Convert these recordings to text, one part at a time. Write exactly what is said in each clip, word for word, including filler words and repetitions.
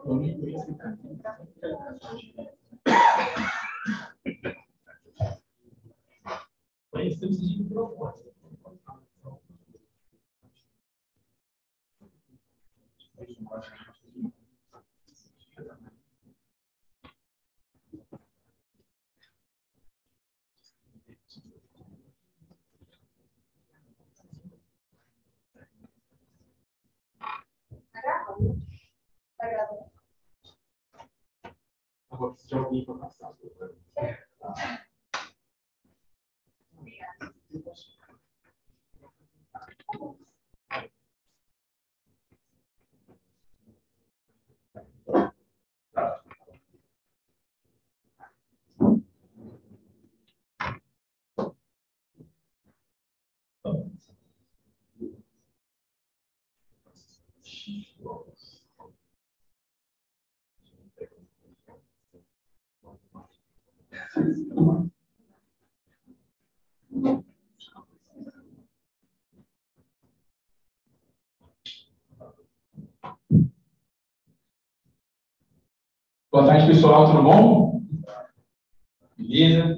Conhecemos de proposta. Agora, se de alguém para passar. Boa tarde, pessoal, tudo bom? Beleza?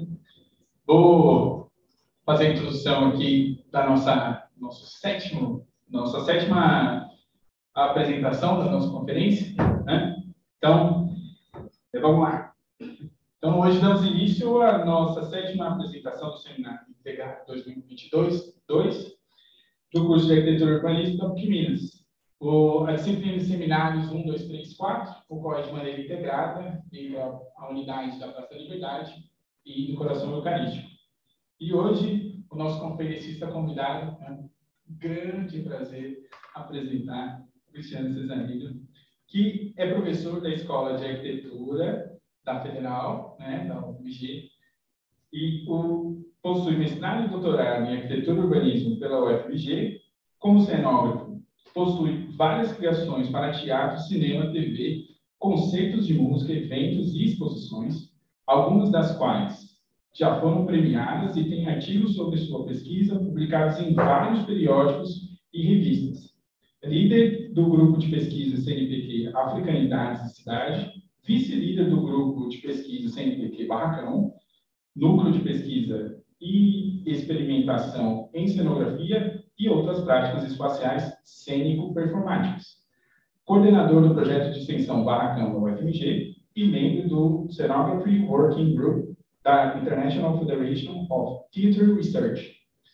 Vou fazer a introdução aqui da nossa, nosso sétimo, nossa sétima apresentação da nossa conferência, né? Então, vamos lá. Então, hoje damos início à nossa sétima apresentação do Seminário Integrado dois mil e vinte e dois, dois, do curso de Arquitetura e Urbanismo da PUC Minas. O, a disciplina de seminários um, dois, três, quatro ocorre de maneira integrada entre a, a unidade da Praça da Liberdade e do Coração Eucarístico. E hoje, o nosso conferencista convidado, é um grande prazer apresentar o Cristiano Cesarillo, que é professor da Escola de Arquitetura da Federal, né, da U F M G, e o, possui mestrado e doutorado em Arquitetura e Urbanismo pela U F M G. Como cenógrafo, possui várias criações para teatro, cinema, T V, concertos de música, eventos e exposições, algumas das quais já foram premiadas e têm artigos sobre sua pesquisa publicados em vários periódicos e revistas. Líder do grupo de pesquisa C N P Q Africanidades e Cidade, vice-líder do grupo de pesquisa C N P Q Barracão, núcleo de pesquisa e experimentação em cenografia e outras práticas espaciais cênico-performáticas. Coordenador do projeto de extensão Barracão da U F M G e membro do Scenography Working Group da International Federation of Theatre Research.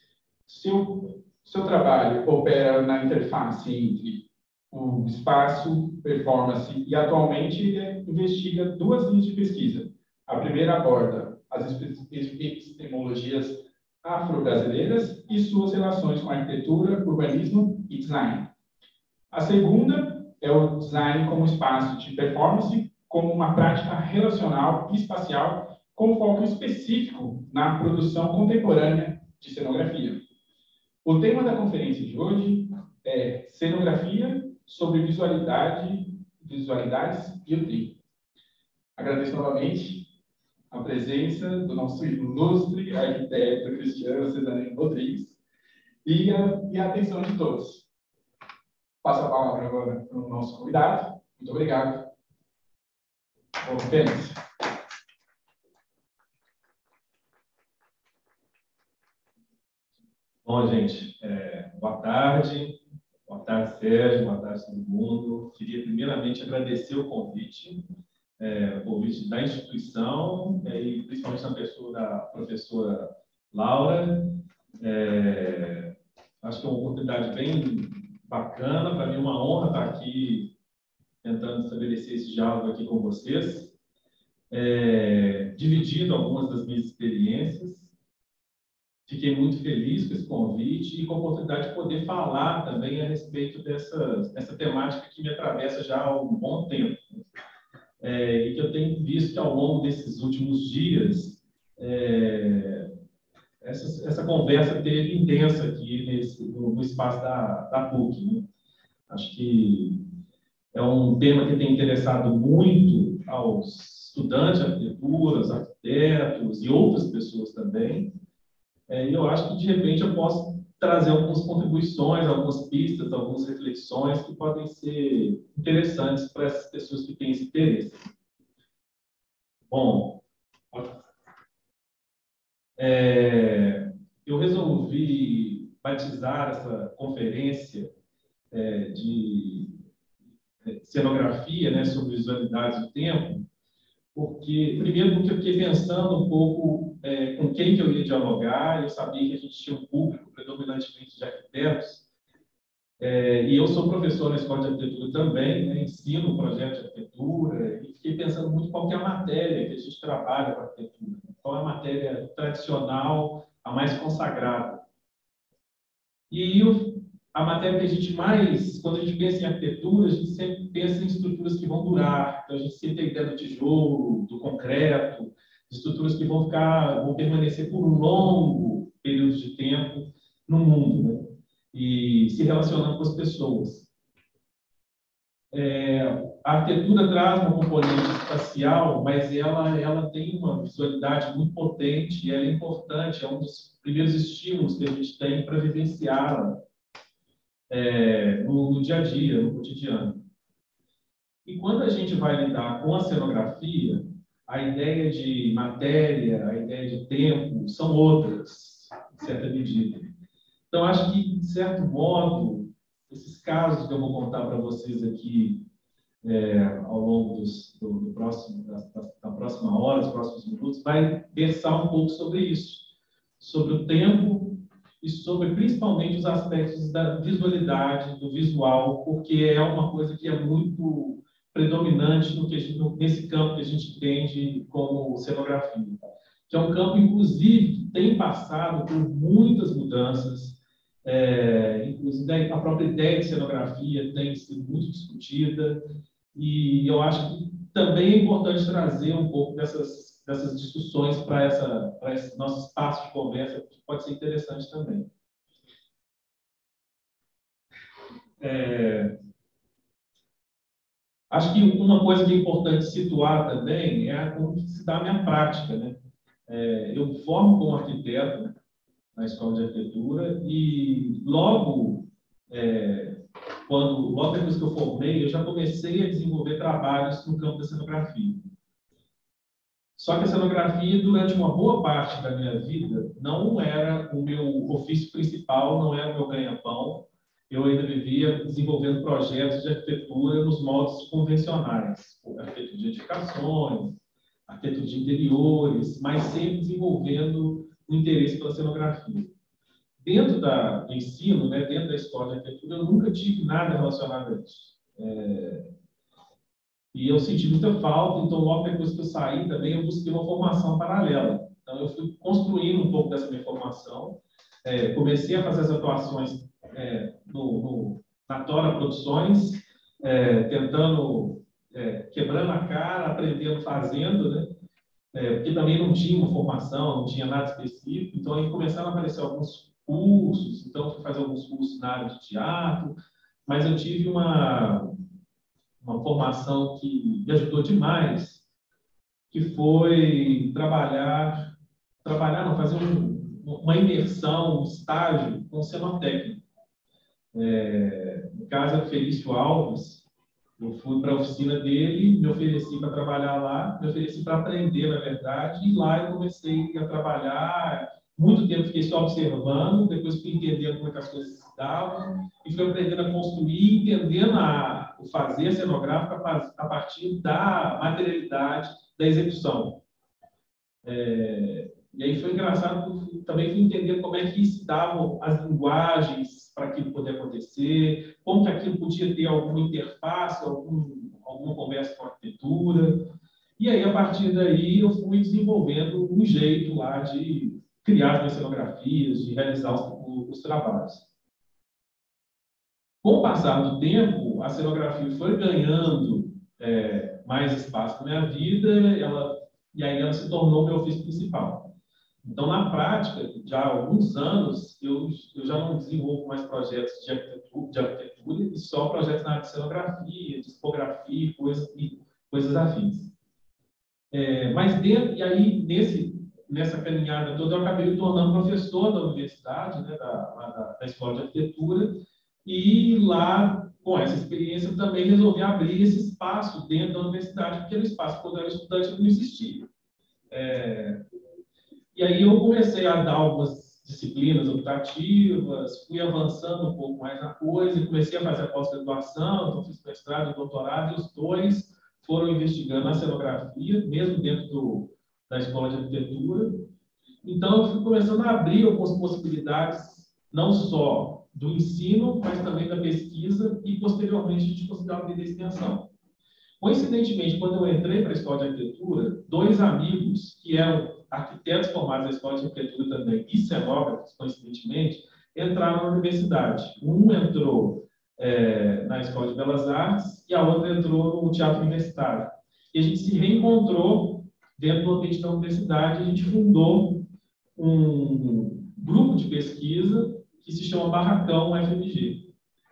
Seu, seu trabalho opera na interface entre o espaço, performance e, atualmente, ele investiga duas linhas de pesquisa. A primeira aborda as epistemologias afro-brasileiras e suas relações com arquitetura, urbanismo e design. A segunda é o design como espaço de performance, como uma prática relacional e espacial com foco específico na produção contemporânea de cenografia. O tema da conferência de hoje é cenografia sobre visualidade, visualidades e o trio. Agradeço novamente a presença do nosso ilustre arquiteto Cristiano Cesarillo Rodrigues e a, e a atenção de todos. Passo a palavra agora para o nosso convidado. Muito obrigado. Boa conferência. Bom, gente, é, boa tarde. Boa tarde, Sérgio. Boa tarde, todo mundo. Queria primeiramente agradecer o convite, é, o convite da instituição, é, e principalmente na pessoa da professora Laura. É, acho que é uma oportunidade bem bacana, para mim é uma honra estar aqui tentando estabelecer esse diálogo aqui com vocês, é, dividindo algumas das minhas experiências. Fiquei muito feliz com esse convite e com a oportunidade de poder falar também a respeito dessa, dessa temática que me atravessa já há um bom tempo. É, e que eu tenho visto que ao longo desses últimos dias, é, essa, essa conversa teve intensa aqui nesse, no, no espaço da, da PUC, né? Acho que é um tema que tem interessado muito aos estudantes de arquitetura, aos arquitetos e outras pessoas também. É, e eu acho que, de repente, eu posso trazer algumas contribuições, algumas pistas, algumas reflexões que podem ser interessantes para essas pessoas que têm esse interesse. Bom, é, eu resolvi batizar essa conferência é, de cenografia, né, sobre visualidades do tempo, porque, primeiro, porque eu fiquei pensando um pouco é, com quem que eu ia dialogar. Eu sabia que a gente tinha um público predominantemente de arquitetos, é, e eu sou professor na Escola de Arquitetura também, né, ensino o projeto de arquitetura, e fiquei pensando muito qual que é a matéria que a gente trabalha com a arquitetura, qual é a matéria tradicional, a mais consagrada. E eu, a matéria que a gente mais, quando a gente pensa em arquitetura, a gente sempre pensa em estruturas que vão durar. Então, a gente sempre tem a ideia do tijolo, do concreto, de estruturas que vão ficar, vão permanecer por um longo período de tempo no mundo, né? E se relacionando com as pessoas. É, a arquitetura traz uma componente espacial, mas ela, ela tem uma visualidade muito potente e ela é importante, é um dos primeiros estímulos que a gente tem para vivenciá-la é, no, no dia a dia, no cotidiano. E quando a gente vai lidar com a cenografia, a ideia de matéria, a ideia de tempo são outras, em certa medida. Então, acho que, de certo modo, esses casos que eu vou contar para vocês aqui é, ao longo dos, do, do próximo, da, da próxima hora, dos próximos minutos, vai versar um pouco sobre isso, sobre o tempo e sobre, principalmente, os aspectos da visualidade, do visual, porque é uma coisa que é muito predominante no que a gente, nesse campo que a gente entende como cenografia, que é um campo, inclusive, que tem passado por muitas mudanças. É, inclusive, a própria ideia de cenografia tem sido muito discutida, e eu acho que também é importante trazer um pouco dessas, dessas discussões para essa, para esse nosso espaço de conversa, que pode ser interessante também. É, acho que uma coisa que é importante situar também é como se dá a minha prática, né? É, eu formo como arquiteto, né, na Escola de Arquitetura, e logo, é, quando, logo depois que eu formei, eu já comecei a desenvolver trabalhos no campo da cenografia. Só que a cenografia, durante uma boa parte da minha vida, não era o meu ofício principal, não era o meu ganha-pão. Eu ainda vivia desenvolvendo projetos de arquitetura nos moldes convencionais, arquitetura de edificações, arquitetura de interiores, mas sempre desenvolvendo o interesse pela cenografia. Dentro da, do ensino, né, dentro da escola de arquitetura, eu nunca tive nada relacionado a isso. É, e eu senti muita falta, então logo depois que eu saí também eu busquei uma formação paralela. Então eu fui construindo um pouco dessa minha formação, é, comecei a fazer as atuações é, no, no, na Tora Produções, é, tentando, é, quebrando a cara, aprendendo, fazendo, né? É, porque também não tinha uma formação, não tinha nada específico, então aí começaram a aparecer alguns cursos, então fui fazer alguns cursos na área de teatro, mas eu tive uma, uma formação que me ajudou demais, que foi trabalhar, trabalhar não, fazer um, uma imersão, um estágio com cenotécnico. É, no caso, é Felício Alves. Eu fui para a oficina dele, me ofereci para trabalhar lá, me ofereci para aprender, na verdade, e lá eu comecei a trabalhar. Muito tempo fiquei só observando, depois fui entendendo como é que as coisas se davam, e fui aprendendo a construir, entendendo a, o fazer cenográfico a partir da materialidade da execução. É, e aí foi engraçado, também fui entender como é que se davam as linguagens para aquilo poder acontecer, como que aquilo podia ter alguma interface, algum, alguma conversa com a arquitetura. E aí, a partir daí, eu fui desenvolvendo um jeito lá de criar as minhas cenografias, de realizar os, os trabalhos. Com o passar do tempo, a cenografia foi ganhando é, mais espaço na minha vida, ela, e aí ela se tornou meu ofício principal. Então, na prática, já há alguns anos, eu, eu já não desenvolvo mais projetos de arquitetura, de arquitetura e só projetos na área de cenografia, de tipografia, coisas, e coisas afins. É, mas, dentro, e aí, nesse, nessa caminhada toda, eu acabei me tornando professor da universidade, né, da, da, da Escola de Arquitetura, e lá, com essa experiência, também resolvi abrir esse espaço dentro da universidade, porque no espaço quando eu era estudante não existia. É, e aí eu comecei a dar algumas disciplinas optativas, fui avançando um pouco mais na coisa, e comecei a fazer a pós-graduação, então fiz mestrado e doutorado, e os dois foram investigando a cenografia, mesmo dentro do, da Escola de Arquitetura. Então, eu fui começando a abrir algumas possibilidades, não só do ensino, mas também da pesquisa, e posteriormente a gente conseguiu abrir a extensão. Coincidentemente, quando eu entrei para a Escola de Arquitetura, dois amigos, que eram arquitetos formados na Escola de Arquitetura também, e cenógrafos, coincidentemente, entraram na universidade. Um entrou é, na Escola de Belas Artes e a outra entrou no Teatro Universitário. E a gente se reencontrou dentro do ambiente da universidade, a gente fundou um grupo de pesquisa que se chama Barracão F M G.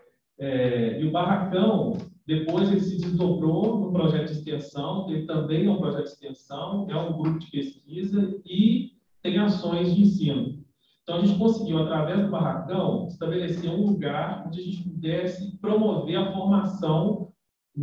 É, e o Barracão, depois ele se desdobrou no projeto de extensão, ele também é um projeto de extensão, é um grupo de pesquisa e tem ações de ensino. Então, a gente conseguiu, através do Barracão, estabelecer um lugar onde a gente pudesse promover a formação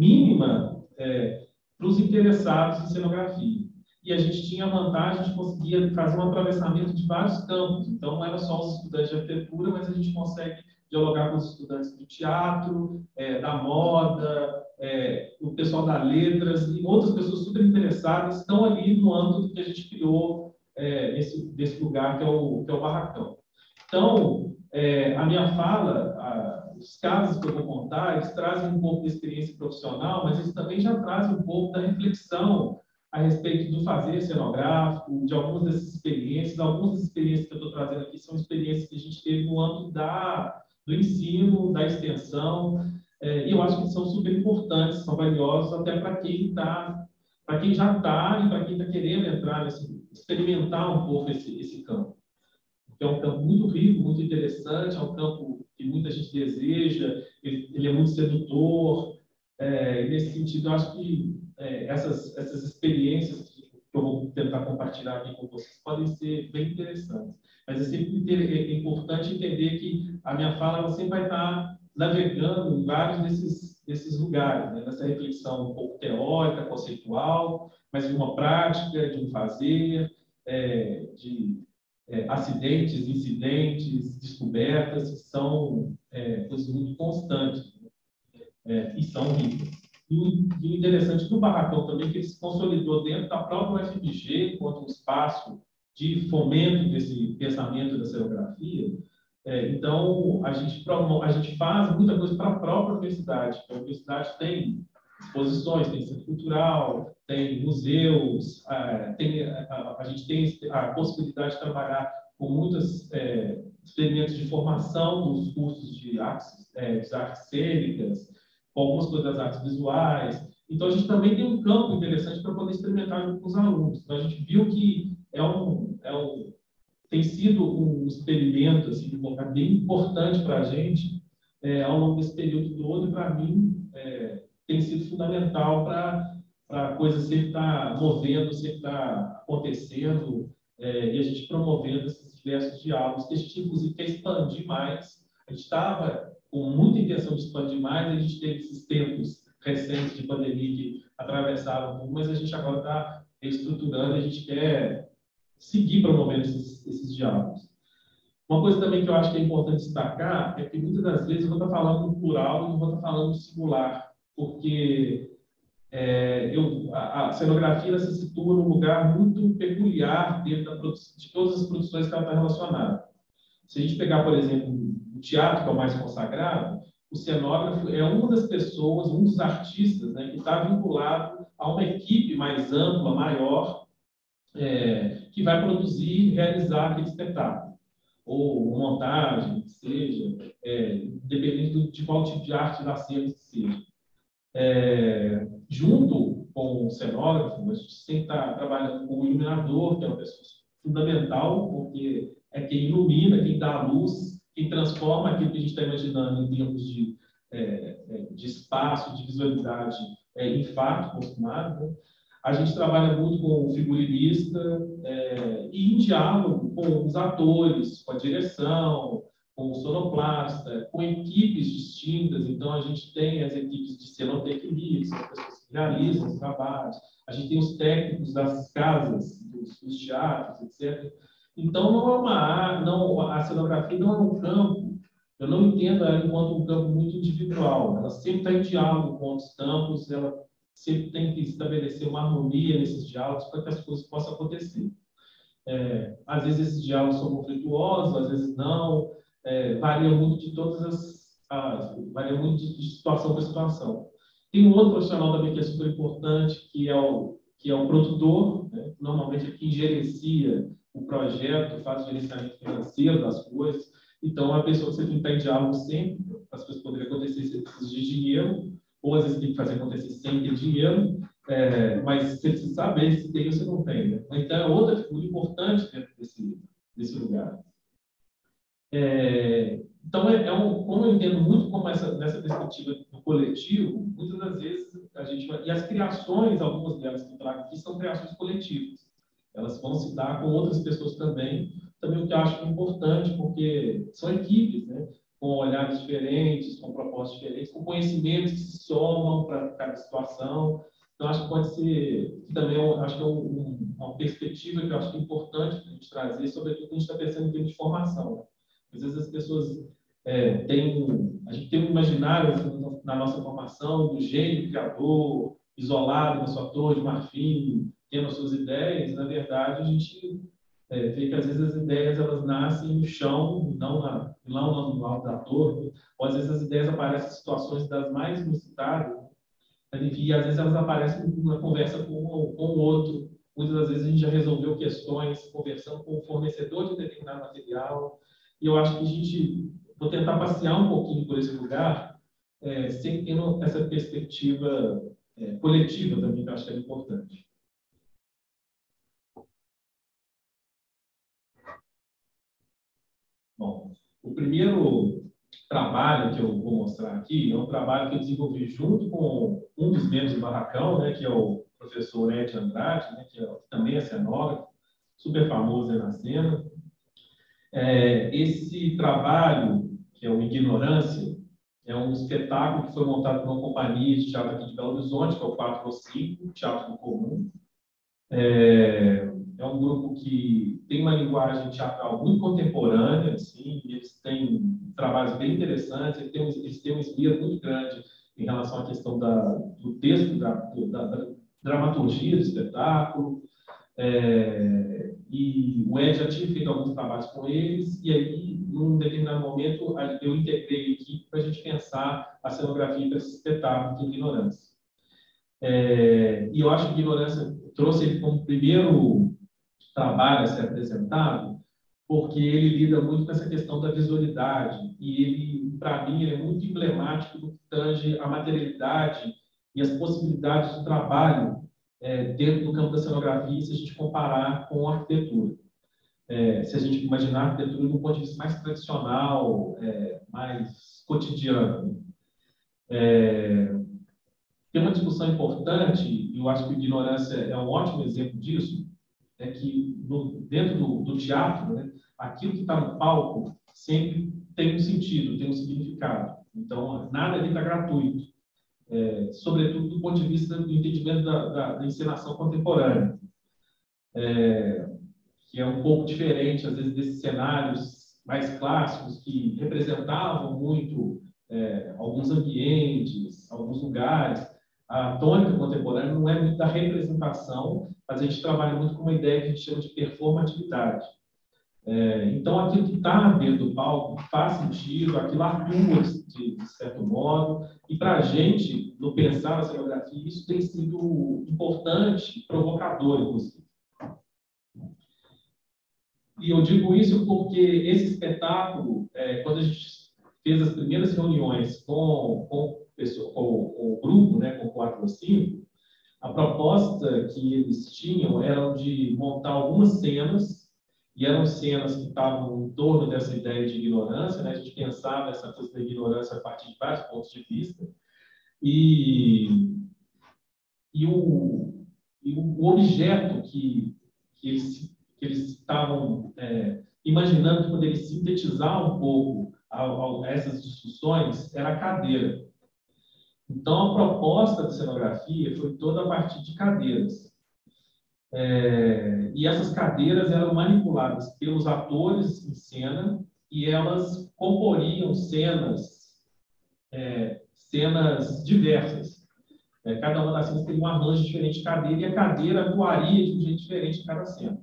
mínima é, para os interessados em cenografia. E a gente tinha a vantagem de conseguir fazer um atravessamento de vários campos. Então, não era só os estudantes de arquitetura, mas a gente consegue dialogar com os estudantes do teatro, é, da moda, é, o pessoal das letras e outras pessoas super interessadas estão ali no âmbito que a gente criou é, nesse, desse lugar que é o, que é o Barracão. Então, é, a minha fala, a, os casos que eu vou contar, eles trazem um pouco de experiência profissional, mas eles também já trazem um pouco da reflexão a respeito do fazer cenográfico, de algumas dessas experiências. Algumas das experiências que eu estou trazendo aqui são experiências que a gente teve no âmbito da, do ensino, da extensão, é, e eu acho que são super importantes, são valiosos até para quem está, para quem já está e para quem está querendo entrar nesse, experimentar um pouco esse, esse campo. Que é um campo muito rico, muito interessante, é um campo que muita gente deseja, ele, ele é muito sedutor, é, e nesse sentido, eu acho que é, essas, essas experiências que eu vou tentar compartilhar aqui com vocês podem ser bem interessantes. Mas é sempre é importante entender que a minha fala ela sempre vai estar navegando em vários desses, desses lugares, né? Nessa reflexão um pouco teórica, conceitual, mas de uma prática, de um fazer, é, de é, acidentes, incidentes, descobertas, que são é, coisas muito constantes, né? É, e são ricas. E o, e o interessante do Barracão também é que ele se consolidou dentro da própria U F M G, enquanto um espaço de fomento desse pensamento da cenografia. É, então, a gente, a gente faz muita coisa para a própria universidade. A universidade tem exposições, tem centro cultural, tem museus, é, tem, a, a gente tem a possibilidade de trabalhar com muitos é, experimentos de formação dos cursos de artes, é, de artes cênicas, com algumas coisas das artes visuais. Então, a gente também tem um campo interessante para poder experimentar junto com os alunos. Então, a gente viu que é um, é um, tem sido um experimento assim, bem importante para a gente é, ao longo desse período todo, e para mim é, tem sido fundamental para a coisa sempre estar tá movendo, sempre estar tá acontecendo, é, e a gente promovendo esses diversos diálogos, que a gente, inclusive, quer expandir mais. A gente estava com muita intenção de expandir mais, a gente teve esses tempos recentes de pandemia que atravessavam, mas a gente agora está estruturando, a gente quer seguir promovendo esses, esses diálogos. Uma coisa também que eu acho que é importante destacar é que muitas das vezes eu vou estar falando no plural e não vou estar falando no singular, porque é, eu, a, a cenografia ela se situa num lugar muito peculiar dentro da de todas as produções que ela está relacionada. Se a gente pegar, por exemplo, o teatro, que é o mais consagrado, o cenógrafo é uma das pessoas, um dos artistas, né, que está vinculado a uma equipe mais ampla, maior, é, que vai produzir e realizar aquele espetáculo. Ou montagem, que seja, é, dependendo de qual tipo de arte da cena que seja. É, junto com o cenógrafo, a gente sempre está trabalhando com o iluminador, que é uma pessoa fundamental, porque é quem ilumina, quem dá a luz, quem transforma aquilo que a gente está imaginando em termos de, é, de espaço, de visualidade, é, em fato consumado, né? A gente trabalha muito com o figurinista é, e em diálogo com os atores, com a direção, com o sonoplasta, com equipes distintas. Então, a gente tem as equipes de cenotecnia, que são as pessoas que realizam os trabalhos. A gente tem os técnicos das casas, dos, dos teatros, etcétera. Então, não é uma não, a cenografia não é um campo, eu não entendo ela enquanto um campo muito individual. Ela sempre está em diálogo com outros campos, ela sempre tem que estabelecer uma harmonia nesses diálogos para que as coisas possam acontecer. É, às vezes esses diálogos são conflituosos, às vezes não, é, varia muito de todas as, as varia muito de, de situação para situação. Tem um outro profissional também que é super importante, que é o que é o produtor, né? Normalmente é quem gerencia o projeto, faz o gerenciamento financeiro das coisas. Então, é uma pessoa que você tem que estar em diálogo sempre, as coisas poderiam acontecer, você precisa de dinheiro, ou às vezes tem que fazer acontecer sem ter dinheiro, é, mas você precisa saber se tem ou se não tem. Né? Então, é outra figura importante dentro desse, desse lugar. É, então, é, é um, como eu entendo muito como essa, nessa perspectiva do coletivo, muitas das vezes a gente vai, e as criações, algumas delas que eu trago aqui, são criações coletivas. Elas vão se dar com outras pessoas também, também o que eu acho importante, porque são equipes, né? Com olhares diferentes, com propostas diferentes, com conhecimentos que se somam para cada situação. Então, acho que pode ser, que também eu acho que é um, uma perspectiva que eu acho que é importante para a gente trazer, sobretudo quando a gente está pensando em termos de formação. Né? Às vezes as pessoas é, têm, a gente tem um imaginário na nossa formação do gênio criador, isolado na sua torre de marfim, tendo as suas ideias. Na verdade, a gente é, vê que às vezes as ideias elas nascem no chão, não, na, não no alto da torre, ou às vezes as ideias aparecem em situações das mais inusitadas, né? E às vezes elas aparecem numa conversa com, com o outro. Muitas das vezes a gente já resolveu questões conversando com o fornecedor de um determinado material. E eu acho que a gente, vou tentar passear um pouquinho por esse lugar, é, sempre tendo essa perspectiva é, coletiva também, que eu acho que é importante. Bom, o primeiro trabalho que eu vou mostrar aqui é um trabalho que eu desenvolvi junto com um dos membros do Barracão, né, que é o professor Ed Andrade, né, que, é, que também é cenógrafo, super famoso aí na cena. É, esse trabalho, que é o Ignorância, é um espetáculo que foi montado por uma companhia de teatro aqui de Belo Horizonte, que é o quatro ou cinco, Teatro do Comum. É, é um grupo que tem uma linguagem teatral muito contemporânea, assim, eles têm trabalhos bem interessantes, eles têm, um, eles têm um esmero muito grande em relação à questão da, do texto, da, da, da dramaturgia do espetáculo. É, e o Ed já tinha feito alguns trabalhos com eles, e aí, num determinado momento, eu integrei a equipe para a gente pensar a cenografia para esse espetáculo de Ignorância. É, e eu acho que Ignorância trouxe ele como primeiro trabalho a ser apresentado, porque ele lida muito com essa questão da visualidade, e ele, para mim, ele é muito emblemático do que tange a materialidade e as possibilidades de trabalho é, dentro do campo da cenografia, se a gente comparar com a arquitetura. É, se a gente imaginar a arquitetura de um ponto de vista mais tradicional, é, mais cotidiano. É, tem uma discussão importante, e eu acho que a Ignorância é um ótimo exemplo disso, é que no, dentro do, do teatro, né, aquilo que está no palco sempre tem um sentido, tem um significado. Então, nada ali está gratuito. É, sobretudo do ponto de vista do entendimento da, da, da encenação contemporânea, é, que é um pouco diferente, às vezes, desses cenários mais clássicos que representavam muito é, alguns ambientes, alguns lugares. A tônica contemporânea não é muito da representação, mas a gente trabalha muito com uma ideia que a gente chama de performatividade. É, então, aquilo que está dentro do palco faz sentido, aquilo atua de, de certo modo, e para a gente, no pensar na cenografia, isso tem sido importante, provocador, inclusive. E eu digo isso porque esse espetáculo, é, quando a gente fez as primeiras reuniões com, com, pessoa, com, com o grupo, né, com o quatro ou cinco, a proposta que eles tinham era de montar algumas cenas, e eram cenas que estavam em torno dessa ideia de ignorância, né? A gente pensava essa coisa da ignorância a partir de vários pontos de vista, e, e o, e o objeto que, que, eles, que eles estavam é, imaginando que poderia sintetizar um pouco a, a, a essas discussões era a cadeira. Então, a proposta de cenografia foi toda a partir de cadeiras. É, e essas cadeiras eram manipuladas pelos atores em cena e elas comporiam cenas, é, cenas diversas. É, cada uma das cenas teria um arranjo diferente de cadeira e a cadeira atuaria de um jeito diferente em cada cena.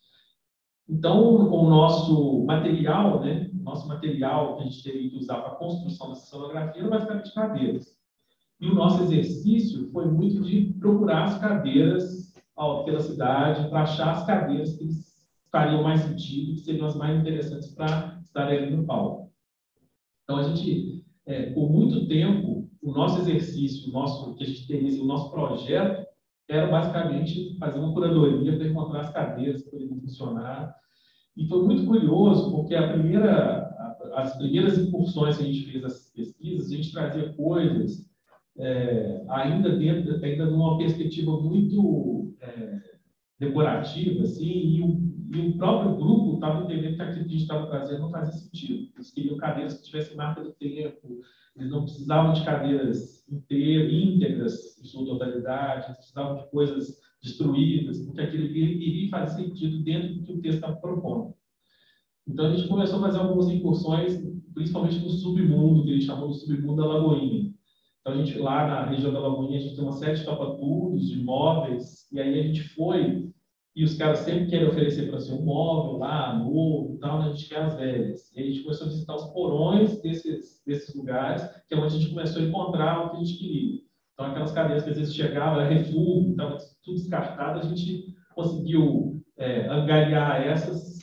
Então, o nosso material, né, nosso material que a gente teria que usar para a construção dessa cenografia era basicamente cadeiras. E o nosso exercício foi muito de procurar as cadeiras ó, pela cidade, para achar as cadeiras que fariam mais sentido, que seriam as mais interessantes para estarem ali no palco. Então, a gente, é, por muito tempo, o nosso exercício, o nosso, que a gente teria, o nosso projeto, era basicamente fazer uma curadoria para encontrar as cadeiras que poderiam funcionar. E foi muito curioso, porque a primeira, as primeiras incursões que a gente fez nessas pesquisas, a gente trazia coisas É, ainda dentro, ainda numa perspectiva muito é, decorativa, assim, e o, e o próprio grupo estava entendendo que aquilo que a gente estava trazendo não fazia sentido. Eles queriam cadeiras que tivessem marca do tempo, eles não precisavam de cadeiras inteiras, íntegras em sua totalidade, eles precisavam de coisas destruídas, porque aquilo iria fazer sentido dentro do que o texto estava propondo. Então, a gente começou a fazer algumas incursões, principalmente no submundo, que eles chamam de submundo da Lagoinha. Então, a gente, lá na região da Lagoinha, a gente tem uma série de tapa-tudos, de móveis, e aí a gente foi, e os caras sempre querem oferecer para ser um móvel lá, novo e tal, né? A gente quer as velhas. E aí a gente começou a visitar os porões desses, desses lugares, que é onde a gente começou a encontrar o que a gente queria. Então, aquelas cadeiras que às vezes chegavam, era refúgio, estava tudo descartado, a gente conseguiu é, angariar essas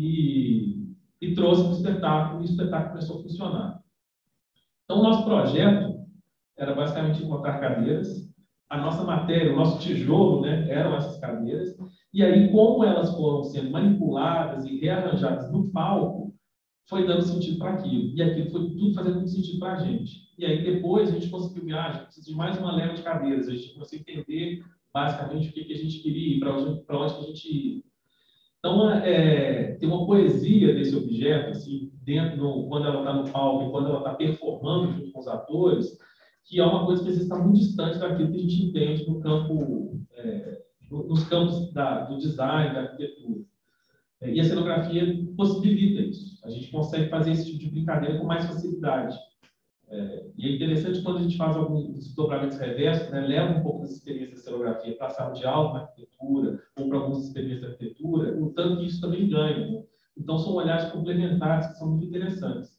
e, e trouxe para o espetáculo, e o espetáculo começou a funcionar. Então, o nosso projeto era basicamente encontrar cadeiras. A nossa matéria, o nosso tijolo, né, eram essas cadeiras. E aí, como elas foram sendo manipuladas e rearranjadas no palco, foi dando sentido para aquilo. E aquilo foi tudo fazendo muito sentido para a gente. E aí, depois, a gente conseguiu, ah, a gente precisa de mais uma leva de cadeiras. A gente conseguiu entender, basicamente, o que, que a gente queria, para onde, para onde que a gente ia. Então, é, tem uma poesia desse objeto, assim, dentro do, quando ela está no palco e quando ela está performando junto com os atores, que é uma coisa que às vezes está muito distante daquilo que a gente entende no campo, é, nos campos da, do design, da arquitetura. É, e a cenografia possibilita isso. A gente consegue fazer esse tipo de brincadeira com mais facilidade. É, e é interessante quando a gente faz alguns desdobramentos reversos, né, leva um pouco dessa experiência da cenografia para a sala de aula na arquitetura, ou para algumas experiências da arquitetura, o tanto que isso também ganha. Né? Então, são olhares complementares que são muito interessantes.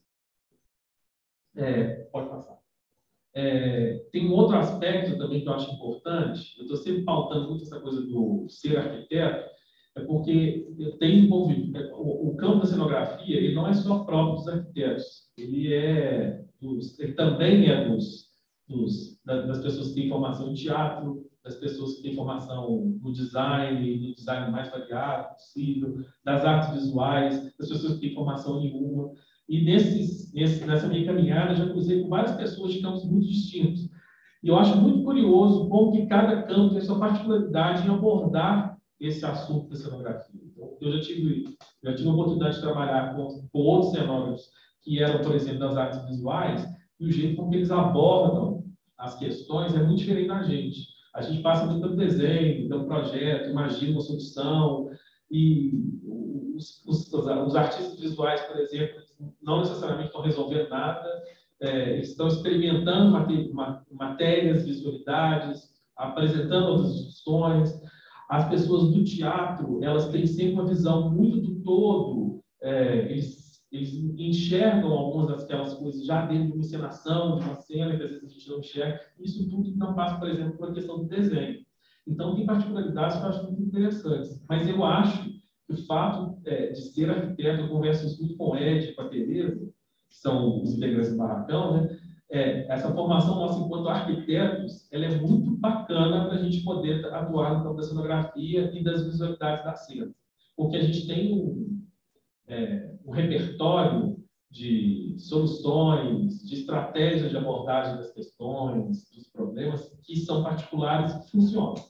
É, pode passar. É, tem um outro aspecto também que eu acho importante, eu estou sempre pautando muito essa coisa do ser arquiteto, é porque eu tenho envolvido, o, o campo da cenografia, ele não é só próprio dos arquitetos, ele, é dos, ele também é dos, dos, das pessoas que têm formação em teatro, das pessoas que têm formação no design, no design mais variado possível, das artes visuais, das pessoas que têm formação nenhuma. E nesses, nesse, nessa minha caminhada, já cruzei com várias pessoas de campos muito distintos. E eu acho muito curioso como que cada campo tem sua particularidade em abordar esse assunto da cenografia. Então, eu já tive, já tive a oportunidade de trabalhar com, com outros cenógrafos que eram, por exemplo, das artes visuais, e o jeito como eles abordam as questões é muito diferente da gente. A gente passa muito pelo desenho, pelo projeto, imagina uma solução, e os, os, os artistas visuais, por exemplo, não necessariamente estão resolvendo nada, é, eles estão experimentando matérias, visualidades, apresentando outras discussões. As pessoas do teatro, elas têm sempre uma visão muito do todo, é, eles, eles enxergam algumas daquelas coisas já dentro de uma encenação, de uma cena, que às vezes a gente não enxerga. Isso tudo não passa, por exemplo, por uma questão do desenho. Então, tem particularidades que eu acho muito interessantes. Mas eu acho que o fato é, de ser arquiteto, eu converso isso muito com o Ed, com a Tereza, que são os integrantes do Barracão, né? É, essa formação nossa enquanto arquitetos, ela é muito bacana para a gente poder atuar no campo da cenografia e das visualidades da cena. Porque a gente tem um, é, um repertório de soluções, de estratégias de abordagem das questões, dos problemas, que são particulares e que funcionam.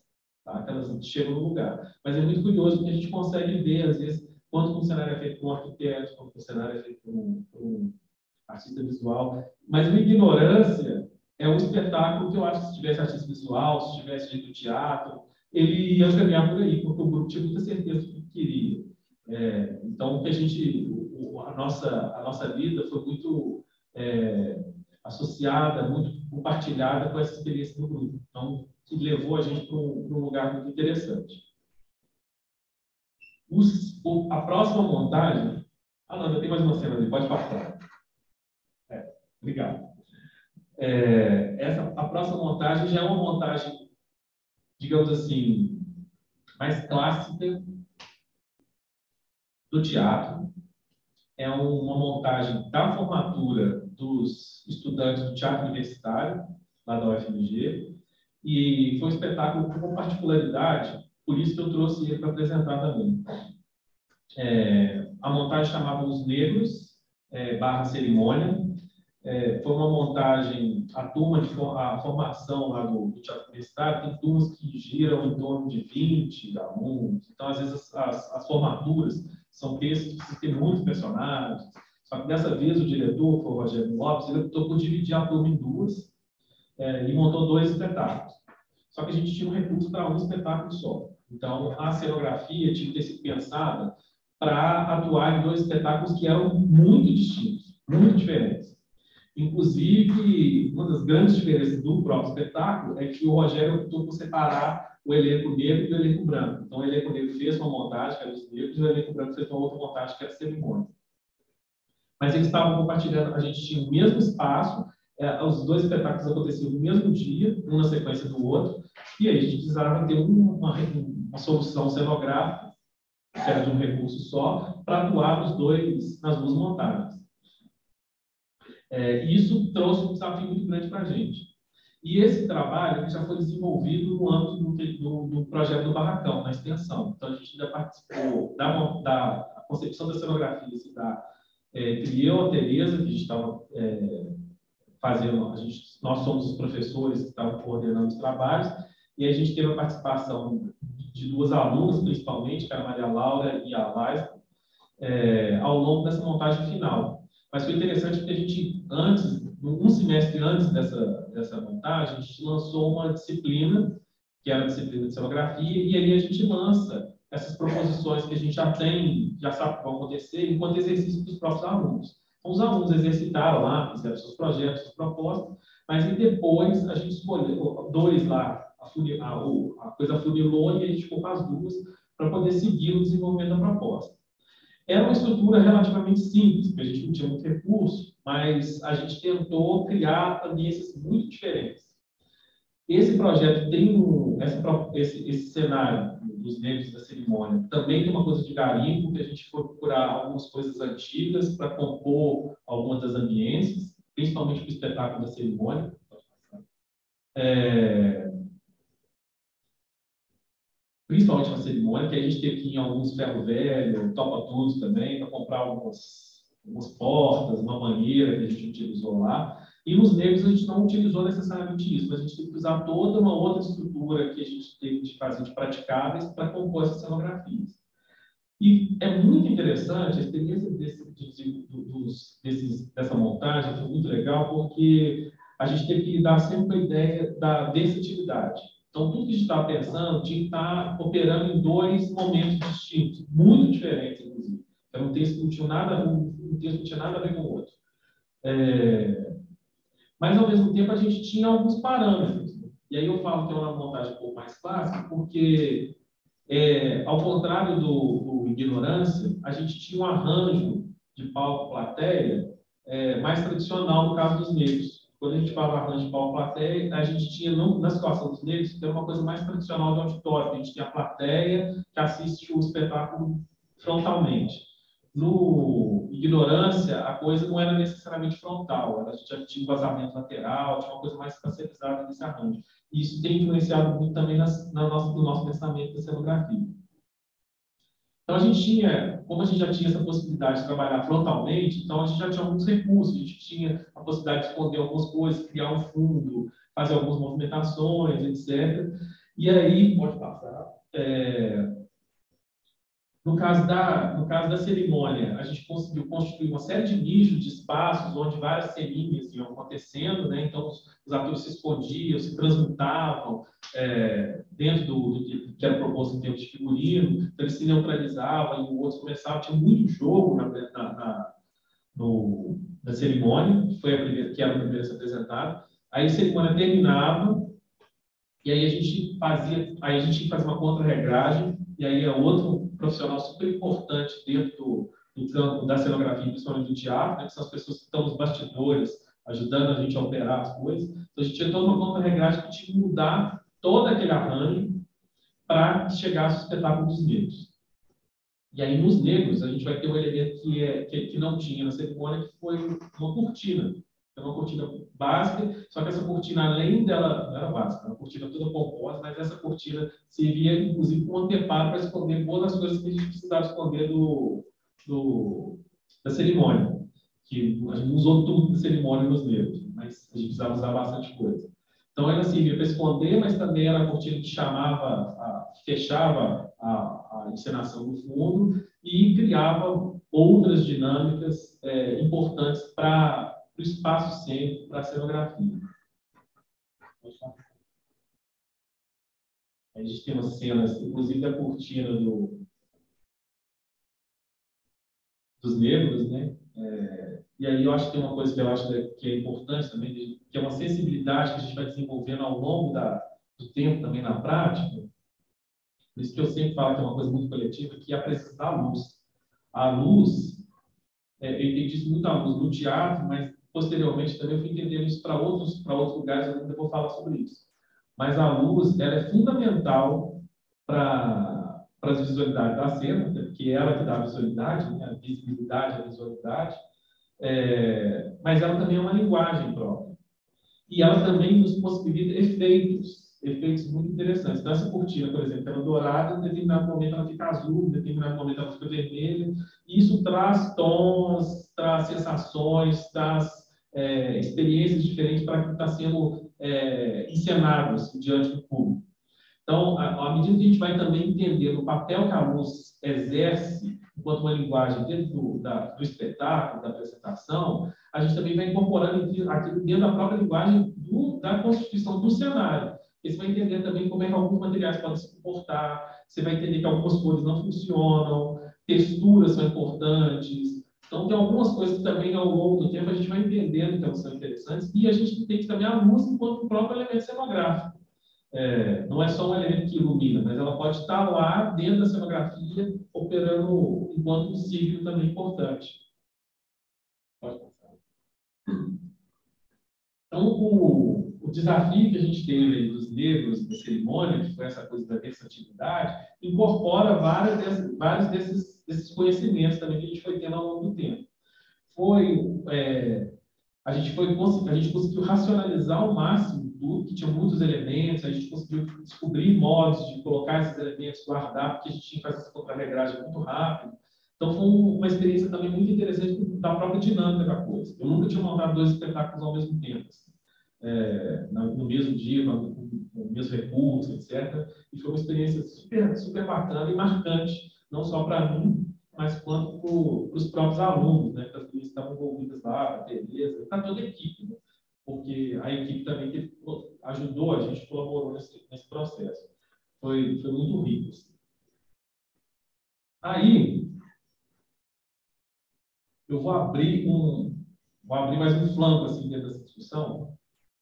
tá? Que elas chegam no lugar. Mas é muito curioso porque a gente consegue ver, às vezes, quando um cenário é feito por um arquiteto, quando um cenário é feito por um, por um artista visual. Mas o Ignorância é um espetáculo que eu acho que se tivesse artista visual, se tivesse jeito teatro, ele ia caminhar por aí, porque o grupo tinha muita certeza do que queria. É, então, o que a gente, o, a, nossa, a nossa vida foi muito é, associada, muito compartilhada com essa experiência do grupo. Então, que levou a gente para um, para um lugar muito interessante. Os, a próxima montagem... Ah, não, ainda tem mais uma cena ali, pode passar. É, obrigado. É, essa, a próxima montagem já é uma montagem, digamos assim, mais clássica do teatro. É uma montagem da formatura dos estudantes do teatro universitário, lá da U F M G, e foi um espetáculo com particularidade, por isso que eu trouxe ele para apresentar também. É, a montagem chamava Os Negros, é, barra cerimônia. É, foi uma montagem, a turma de a formação lá do, do teatro universitário tem turmas que giram em torno de vinte alunos, então às vezes as, as, as formaturas são textos que precisam ter muitos personagens, só que dessa vez o diretor, que foi o Rogério Lopes, ele optou por dividir a turma em duas é, e montou dois espetáculos. Só que a gente tinha um recurso para um espetáculo só. Então a cenografia tinha que ter sido pensada para atuar em dois espetáculos que eram muito distintos, muito diferentes. Inclusive, uma das grandes diferenças do próprio espetáculo é que o Rogério optou por separar o elenco negro e o elenco branco. Então, o elenco negro fez uma montagem, que era os negros, e o elenco branco fez uma outra montagem, que era a cerimônia. Mas eles estavam compartilhando, a gente tinha o mesmo espaço, é, os dois espetáculos aconteciam no mesmo dia, um na sequência do outro, e aí a gente precisava ter uma, uma solução cenográfica, que era de um recurso só, para atuar nos dois, nas duas montagens. É, e isso trouxe um desafio muito grande para a gente. E esse trabalho já foi desenvolvido no âmbito do, do, do projeto do Barracão, na extensão. Então, a gente ainda participou da, da concepção da cenografia, da, é, entre eu e a Tereza, que a gente estava é, fazendo, a gente, nós somos os professores que estavam coordenando os trabalhos, e a gente teve a participação de duas alunas, principalmente, que era a Maria Laura e a Laisa, é, ao longo dessa montagem final. Mas foi interessante porque a gente, antes, um semestre antes dessa, dessa montagem, a gente lançou uma disciplina, que era a disciplina de cenografia, e aí a gente lança essas proposições que a gente já tem, já sabe que vão acontecer, enquanto exercício dos próprios alunos. Então, os alunos exercitaram lá, fizeram seus projetos, suas propostas, mas e depois a gente escolheu dois lá, a, funil, a, a coisa funilou e a gente ficou com as duas para poder seguir o desenvolvimento da proposta. Era uma estrutura relativamente simples, porque a gente não tinha muito recurso, mas a gente tentou criar ambiências muito diferentes. Esse projeto tem um, esse, esse, esse cenário dos negros da cerimônia, também tem uma coisa de garimpo, que a gente foi procurar algumas coisas antigas para compor algumas das ambiências, principalmente para o espetáculo da cerimônia. É... Principalmente na cerimônia, que a gente teve que ir em alguns ferro velho, topa-tudo também, para comprar algumas, algumas portas, uma mangueira que a gente utilizou lá. E nos negros a gente não utilizou necessariamente isso, mas a gente teve que usar toda uma outra estrutura que a gente teve de fazer de praticáveis para compor essas cenografias. E é muito interessante, a experiência desse, de, dos, desses, dessa montagem foi muito legal, porque a gente teve que lidar sempre com a ideia da versatilidade. Então, tudo que a gente estava pensando tinha que estar operando em dois momentos distintos, muito diferentes, inclusive. Então, um texto não tinha nada, um texto não tinha nada a ver com o outro. É... Mas, ao mesmo tempo, a gente tinha alguns parâmetros. E aí eu falo que é uma montagem um pouco mais clássica, porque, é, ao contrário do, do Ignorância, a gente tinha um arranjo de palco-plateia é, mais tradicional no caso dos negros. Quando a gente fala arranjo de palco-plateia, a gente tinha, não, na situação dos negros, que era uma coisa mais tradicional de auditório. A gente tinha a plateia que assiste o espetáculo frontalmente. No Ignorância, a coisa não era necessariamente frontal, a gente já tinha um vazamento lateral, tinha uma coisa mais espacializada nesse arranjo. E isso tem influenciado muito também nas, na nossa, no nosso pensamento da cenografia. Então, a gente tinha, como a gente já tinha essa possibilidade de trabalhar frontalmente, então a gente já tinha alguns recursos, a gente tinha a possibilidade de esconder algumas coisas, criar um fundo, fazer algumas movimentações, etcétera. E aí, pode passar. É, no, caso da, no caso da cerimônia, a gente conseguiu constituir uma série de nichos, de espaços, onde várias cerimônias iam acontecendo, né? Então, os, os atores se escondiam, se transmutavam é, dentro do, do que, que era proposto em termos de figurino, então eles se neutralizavam e o outro começava, tinha muito jogo na, na, na, no, na cerimônia, que, foi a primeira, que era a primeira a ser apresentada. Aí a cerimônia terminava, e aí a gente fazia, aí a gente tinha que fazer uma contra-regragem, e aí é outro profissional super importante dentro do, do campo da cenografia, principalmente do teatro, né, que são as pessoas que estão nos bastidores, ajudando a gente a operar as coisas. Então a gente tinha toda uma contra-regragem que tinha que mudar todo aquele arranjo para que chegasse o espetáculo dos negros. E aí, nos negros, a gente vai ter um elemento que, é, que, que não tinha na cerimônia, que foi uma cortina. É uma cortina básica, só que essa cortina, além dela, não era básica, era uma cortina toda pomposa, mas essa cortina servia, inclusive, como anteparo para esconder boas das coisas que a gente precisava esconder do, do, da cerimônia. Que a gente usou tudo da cerimônia nos negros, mas a gente precisava usar bastante coisa. Então, ela servia para esconder, mas também era a cortina que chamava, a, que fechava a, a encenação do fundo e criava outras dinâmicas é, importantes para o espaço cênico, para a cenografia. A gente tem umas cenas, inclusive da cortina do, dos negros, né? É, e aí eu acho que tem uma coisa que eu acho que é importante também, que é uma sensibilidade que a gente vai desenvolvendo ao longo da, do tempo também na prática. Por isso que eu sempre falo que é uma coisa muito coletiva, que é a presença da luz. A luz, é, eu entendi isso muito a luz no teatro, mas posteriormente também eu fui entendendo isso para outros, para outros lugares, eu ainda vou falar sobre isso. Mas a luz, ela é fundamental para as visualidades da cena, né? Porque é ela que dá a visualidade, né? A visibilidade, a visualidade, é, mas ela também é uma linguagem própria. E ela também nos possibilita efeitos, efeitos muito interessantes. Então, essa cortina, por exemplo, ela é dourada, em determinado momento ela fica azul, em determinado momento ela fica vermelha. E isso traz tons, traz sensações, traz é, experiências diferentes para quem está sendo é, encenado assim, diante do público. Então, à medida que a gente vai também entendendo o papel que a luz exerce enquanto uma linguagem dentro do, da, do espetáculo, da apresentação, a gente também vai incorporando aquilo dentro da própria linguagem do, da constituição do cenário. E você vai entender também como é que alguns materiais podem se comportar, você vai entender que algumas cores não funcionam, texturas são importantes. Então, tem algumas coisas que também, ao longo do tempo, a gente vai entendendo que são interessantes, e a gente tem também a luz enquanto o próprio elemento cenográfico. É, não é só um elemento que ilumina, mas ela pode estar lá dentro da cenografia, operando enquanto um signo também importante. Pode passar. Então, o, o desafio que a gente teve aí dos negros da cerimônia, que foi essa coisa da versatilidade, incorpora várias dessas, vários desses, desses conhecimentos também que a gente foi tendo ao longo do tempo. Foi, é, a, gente foi, a gente conseguiu racionalizar ao máximo tudo, que tinha muitos elementos, a gente conseguiu descobrir modos de colocar esses elementos, guardar, porque a gente tinha que fazer essa contra-regragem muito rápido. Então, foi uma experiência também muito interessante da própria dinâmica da coisa. Eu nunca tinha montado dois espetáculos ao mesmo tempo, assim, é, no mesmo dia, com, com o mesmo recurso, etcétera. E foi uma experiência super, super bacana e marcante, não só para mim, mas quanto para os próprios alunos, né, para as que estavam envolvidas lá, para a Tereza, para toda a equipe, né? Porque a equipe também teve, ajudou, a gente colaborou nesse, nesse processo. Foi, foi muito rico. Assim. Aí, eu vou abrir um, vou abrir mais um flanco assim, dentro dessa discussão.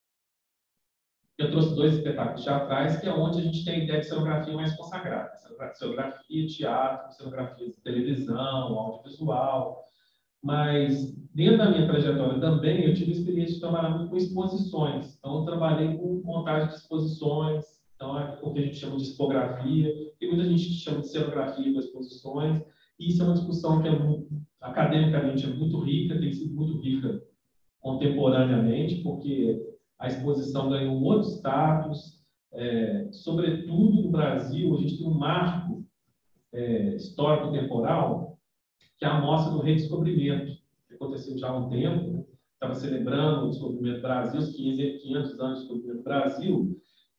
Eu trouxe dois espetáculos teatrais, que é onde a gente tem a ideia de cenografia mais consagrada. Cenografia, teatro, cenografia de televisão, audiovisual. Mas, dentro da minha trajetória também, eu tive a experiência de trabalhar muito com exposições. Então, eu trabalhei com montagem de exposições, então, é o que a gente chama de expografia. Tem muita gente que chama de cenografia para exposições. E isso é uma discussão que, é muito, academicamente, é muito rica, tem sido muito rica contemporaneamente, porque a exposição ganhou um outro status. É, sobretudo no Brasil, a gente tem um marco é, histórico-temporal, que é a Mostra do Redescobrimento, que aconteceu já há um tempo, né? Estava celebrando o descobrimento do Brasil, os quinhentos anos do descobrimento do Brasil,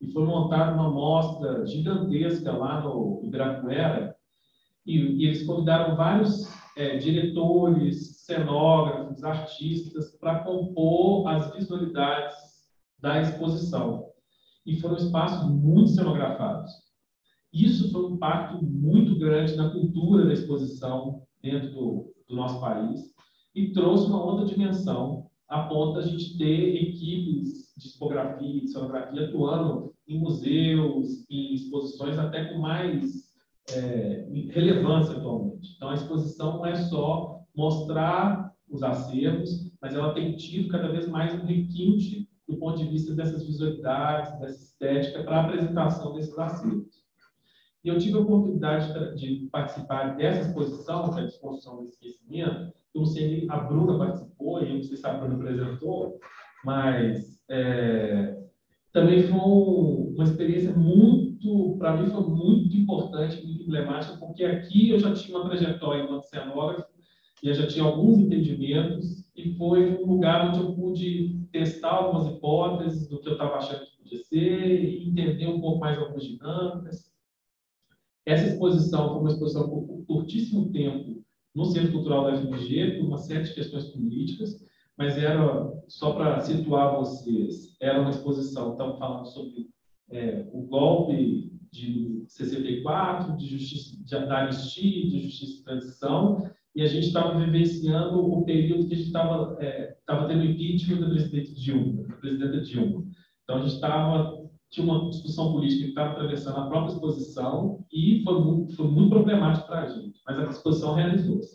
e foi montada uma mostra gigantesca lá no Ibirapuera, e, e eles convidaram vários é, diretores, cenógrafos, artistas para compor as visualidades da exposição. E foram espaços muito cenografados. Isso foi um impacto muito grande na cultura da exposição dentro do, do nosso país e trouxe uma outra dimensão a ponto da gente ter equipes de tipografia e de cenografia atuando em museus, em exposições até com mais é, relevância atualmente. Então, a exposição não é só mostrar os acervos, mas ela tem tido cada vez mais um requinte do ponto de vista dessas visualidades, dessa estética para a apresentação desses acervos. E eu tive a oportunidade de participar dessa exposição, que é a Desconstrução do Esquecimento. Eu não sei, a Bruna participou, e eu não sei se a Bruna apresentou, mas é, também foi uma experiência muito, para mim, foi muito importante, muito emblemática, porque aqui eu já tinha uma trajetória enquanto cenógrafo, e eu já tinha alguns entendimentos, e foi um lugar onde eu pude testar algumas hipóteses do que eu estava achando que podia ser, e entender um pouco mais algumas dinâmicas. Essa exposição foi uma exposição por curtíssimo tempo no Centro Cultural da F M G, por uma série de questões políticas, mas era, só para situar vocês, era uma exposição, estamos falando sobre é, o golpe de sessenta e quatro, de justiça, de, da anistia, de justiça de transição, e a gente estava vivenciando o período que a gente estava é, estava tendo impeachment da presidente Dilma, da presidenta Dilma. Então, a gente estava tinha uma discussão política que estava atravessando a própria exposição e foi muito, foi muito problemático para a gente, mas a exposição realizou-se.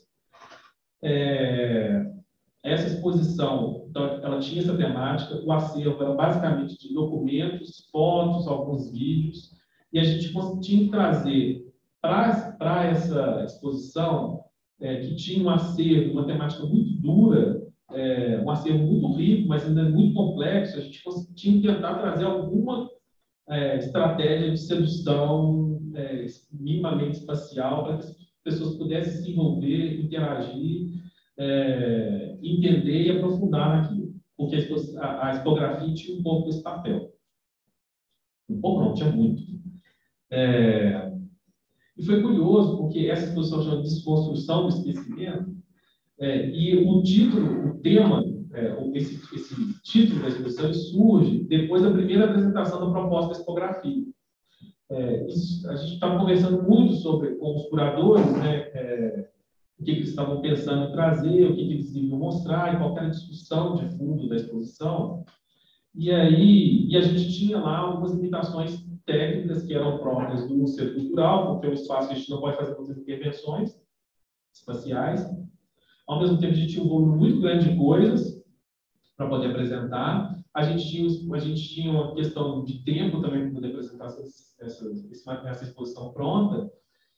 É, essa exposição, então, ela tinha essa temática, o acervo era basicamente de documentos, fotos, alguns vídeos, e a gente tinha que trazer para essa exposição, é, que tinha um acervo, uma temática muito dura, é, um acervo muito rico, mas ainda muito complexo, a gente tinha que tentar trazer alguma É, estratégia de sedução é, minimamente espacial para que as pessoas pudessem se envolver, interagir, é, entender e aprofundar naquilo. Porque a, a expografia tinha um pouco esse papel. Um pouco não, tinha muito. É, e foi curioso, porque essa exposição chama Desconstrução do Esquecimento, é, e o título, o tema, é, esse, esse título da exposição surge depois da primeira apresentação da proposta da expografia. É, isso, a gente estava conversando muito sobre, com os curadores, né, é, o que, que eles estavam pensando em trazer, o que, que eles iriam mostrar, e qual era a discussão de fundo da exposição. E aí, e a gente tinha lá algumas limitações técnicas que eram próprias do Centro Cultural, porque é um espaço que a gente não pode fazer muitas intervenções espaciais. Ao mesmo tempo, a gente tinha um volume muito grande de coisas para poder apresentar. A gente tinha, a gente tinha uma questão de tempo também para poder apresentar essa, essa, essa exposição pronta.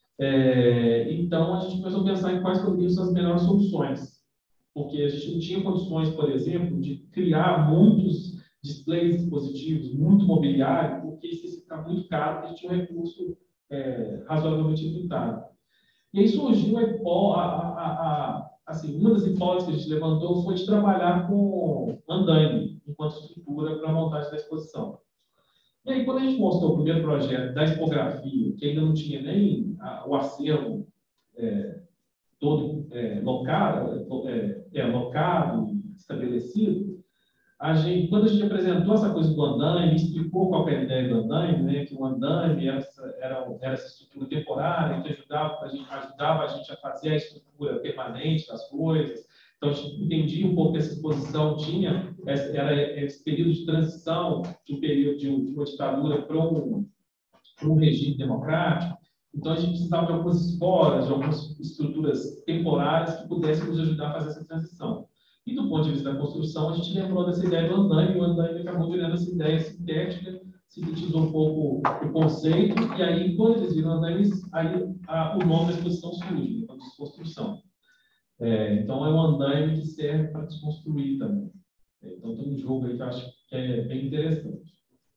É, então, a gente começou a pensar em quais poderiam ser as melhores soluções. Porque a gente não tinha condições, por exemplo, de criar muitos displays expositivos, muito mobiliário, porque isso ia ficar muito caro, porque a gente tinha um recurso é, razoavelmente limitado. E aí surgiu a, a, a, a assim, uma das hipóteses que a gente levantou foi de trabalhar com andaime enquanto estrutura para a montagem da exposição. E aí, quando a gente mostrou o primeiro projeto da expografia, que ainda não tinha nem a, o acervo é, todo é, locado, é, é, locado, estabelecido, a gente, quando a gente apresentou essa coisa do andaime, explicou qual era a ideia do andaime, né, que o andaime era essa, era, era essa estrutura temporária que ajudava a, gente, ajudava a gente a fazer a estrutura permanente das coisas. Então, a gente entendia um pouco que essa exposição tinha, essa, era esse período de transição de um período de, de uma ditadura para um, para um regime democrático. Então, a gente precisava de algumas escolas, de algumas estruturas temporárias que pudessem nos ajudar a fazer essa transição. E do ponto de vista da construção, a gente lembrou dessa ideia do andaime, e o andaime acabou virando essa ideia sintética, sintetizou um pouco o conceito, e aí, quando eles viram andaime, aí a, o nome da exposição surge, a desconstrução. É, então, é um andaime que serve para desconstruir também. É, então, tem um jogo aí que eu acho que é bem interessante.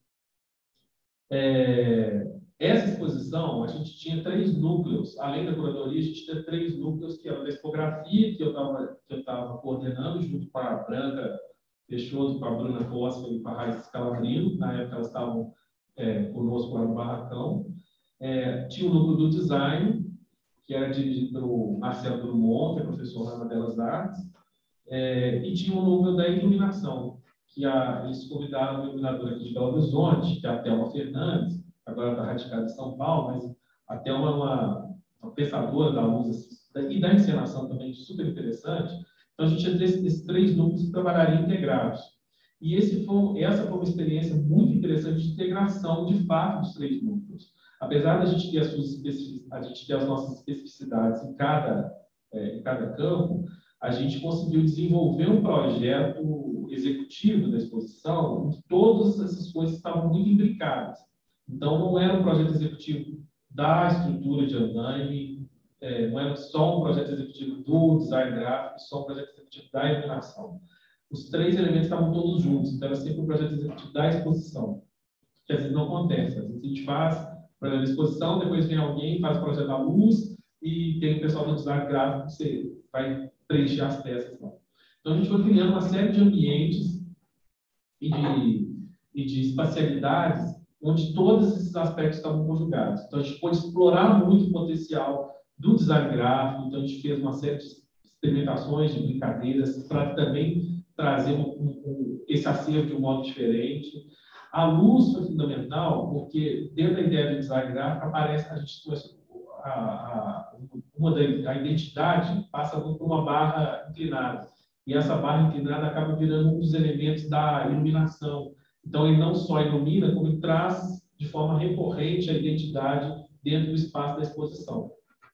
É, essa exposição, a gente tinha três núcleos, além da curadoria, a gente tinha três núcleos, que era a expografia, que eu estava que eu estava coordenando, junto com a Branca Peixoto, com a Bruna Costa e com a Raíssa Scalabrino. Na época, elas estavam é, conosco lá no Barracão. É, tinha o núcleo do design, que era dirigido pelo Marcelo Drummond, que é professor lá na Belas Artes, é, e tinha o núcleo da iluminação, que a, eles convidaram uma iluminadora aqui de Belo Horizonte, que é a Thelma Fernandes, agora está radicada em São Paulo, mas a Thelma é uma, uma pensadora da luz e da encenação também super interessante. Então, a gente tinha esses, esses três núcleos que trabalhariam integrados. E esse foi, essa foi uma experiência muito interessante de integração, de fato, dos três núcleos. Apesar da gente ter as, suas a gente ter as nossas especificidades em cada, é, em cada campo, a gente conseguiu desenvolver um projeto executivo da exposição em que todas essas coisas estavam muito imbricadas. Então, não era um projeto executivo da estrutura de andaime, é, não era só um projeto executivo do design gráfico, só um projeto executivo da iluminação. Os três elementos estavam todos juntos, então era sempre um projeto executivo da exposição, que às vezes não acontece. Às vezes a gente faz o projeto da exposição, depois vem alguém, faz o projeto da luz, e tem o pessoal do design gráfico que você vai preencher as peças lá. Então a gente foi criando uma série de ambientes e de, e de espacialidades onde todos esses aspectos estavam conjugados. Então a gente pôde explorar muito o potencial do design gráfico, então a gente fez uma série de experimentações, de brincadeiras, para também trazer um, um, um, esse acervo de um modo diferente. A luz foi fundamental, porque dentro da ideia do design gráfico aparece, a gente a, a, uma da, a identidade passa por uma barra inclinada, e essa barra inclinada acaba virando um dos elementos da iluminação. Então, ele não só ilumina, como ele traz de forma recorrente a identidade dentro do espaço da exposição.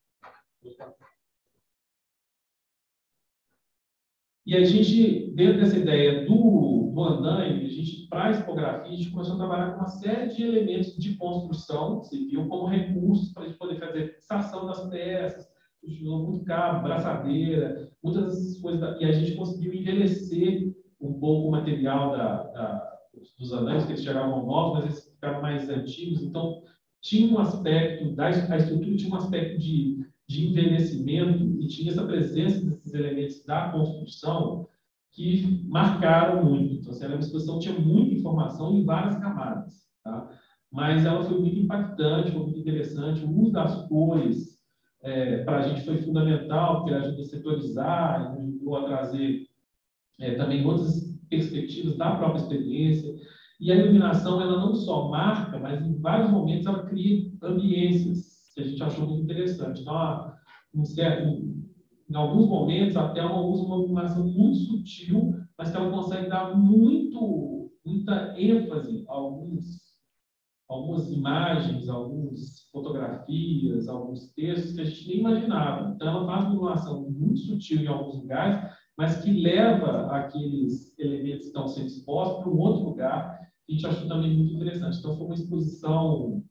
E a gente, dentro dessa ideia do, do andaime, a gente, para a expografia, a gente começou a trabalhar com uma série de elementos de construção civil como recursos para a gente poder fazer fixação das peças, muito cabo, braçadeira, muitas dessas coisas. Da, e a gente conseguiu envelhecer um pouco o material da, da, dos andaimes, que eles chegavam novos, mas eles ficavam mais antigos. Então, tinha um aspecto, da, a estrutura tinha um aspecto de de envelhecimento e tinha essa presença desses elementos da construção que marcaram muito. Então, assim, a exposição tinha muita informação em várias camadas, tá? Mas ela foi muito impactante, foi muito interessante. O uso das cores é, para a gente foi fundamental, porque ela ajuda a setorizar, ajudou a trazer é, também outras perspectivas da própria experiência. E a iluminação, ela não só marca, mas em vários momentos ela cria ambiências que a gente achou muito interessante. Então, um certo, em alguns momentos, até ela usa uma iluminação muito sutil, mas que ela consegue dar muito, muita ênfase a alguns, algumas imagens, algumas fotografias, alguns textos que a gente nem imaginava. Então, ela faz uma iluminação muito sutil em alguns lugares, mas que leva aqueles elementos que estão sendo expostos para um outro lugar, que a gente achou também muito interessante. Então, foi uma exposição...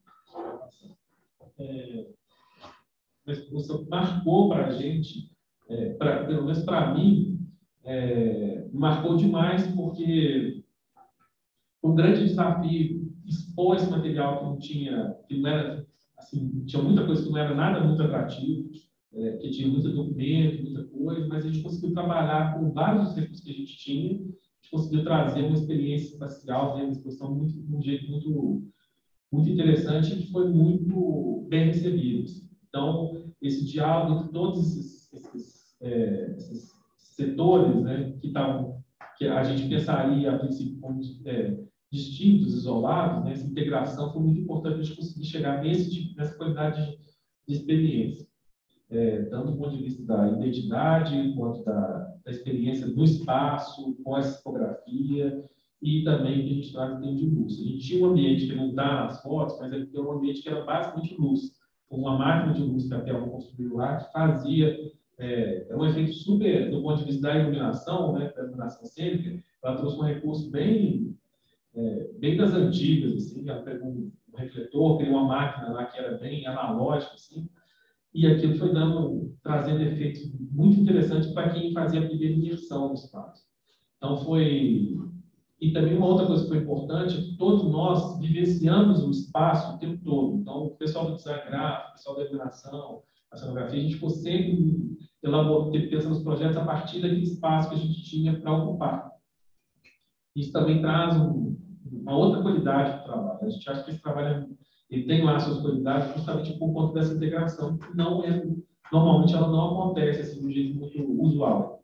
É, uma exposição que marcou para a gente, é, pra, pelo menos para mim, é, marcou demais, porque um grande desafio expor esse material que não tinha, que não era, assim, tinha muita coisa que não era nada muito atrativo, é, que tinha muito documento, muita coisa, mas a gente conseguiu trabalhar com vários recursos que a gente tinha, a gente conseguiu trazer uma experiência espacial dentro da exposição muito, de um jeito muito, muito interessante e que foi muito bem recebido. Então, esse diálogo entre todos esses, esses, é, esses setores, né, que, tavam, que a gente pensaria, a princípio, como é, distintos, isolados, né, essa integração foi muito importante para a gente conseguir chegar nesse tipo, nessa qualidade de, de experiência, é, tanto do ponto de vista da identidade, quanto da, da experiência do espaço, com essa tipografia, e também que a gente traz em termos de luz. A gente tinha um ambiente que não está nas fotos, mas é um ambiente que era basicamente luz, uma máquina de luz que a Thelma construiu lá, que fazia é, é um efeito super, do ponto de vista da iluminação, né, da iluminação cênica, ela trouxe um recurso bem, é, bem das antigas, assim, ela pegou um refletor, criou uma máquina lá que era bem analógica, assim, e aquilo foi dando, trazendo efeitos muito interessantes para quem fazia a primeira imersão no espaço. Então foi... E também uma outra coisa que foi importante é que todos nós vivenciamos o espaço o tempo todo. Então, o pessoal do design gráfico, o pessoal da iluminação, a cenografia, a gente ficou sempre pensando nos projetos a partir daquele espaço que a gente tinha para ocupar. Isso também traz um, uma outra qualidade do trabalho. A gente acha que esse trabalho ele tem lá suas qualidades justamente por conta dessa integração, que não é, normalmente ela não acontece assim, de um jeito muito usual.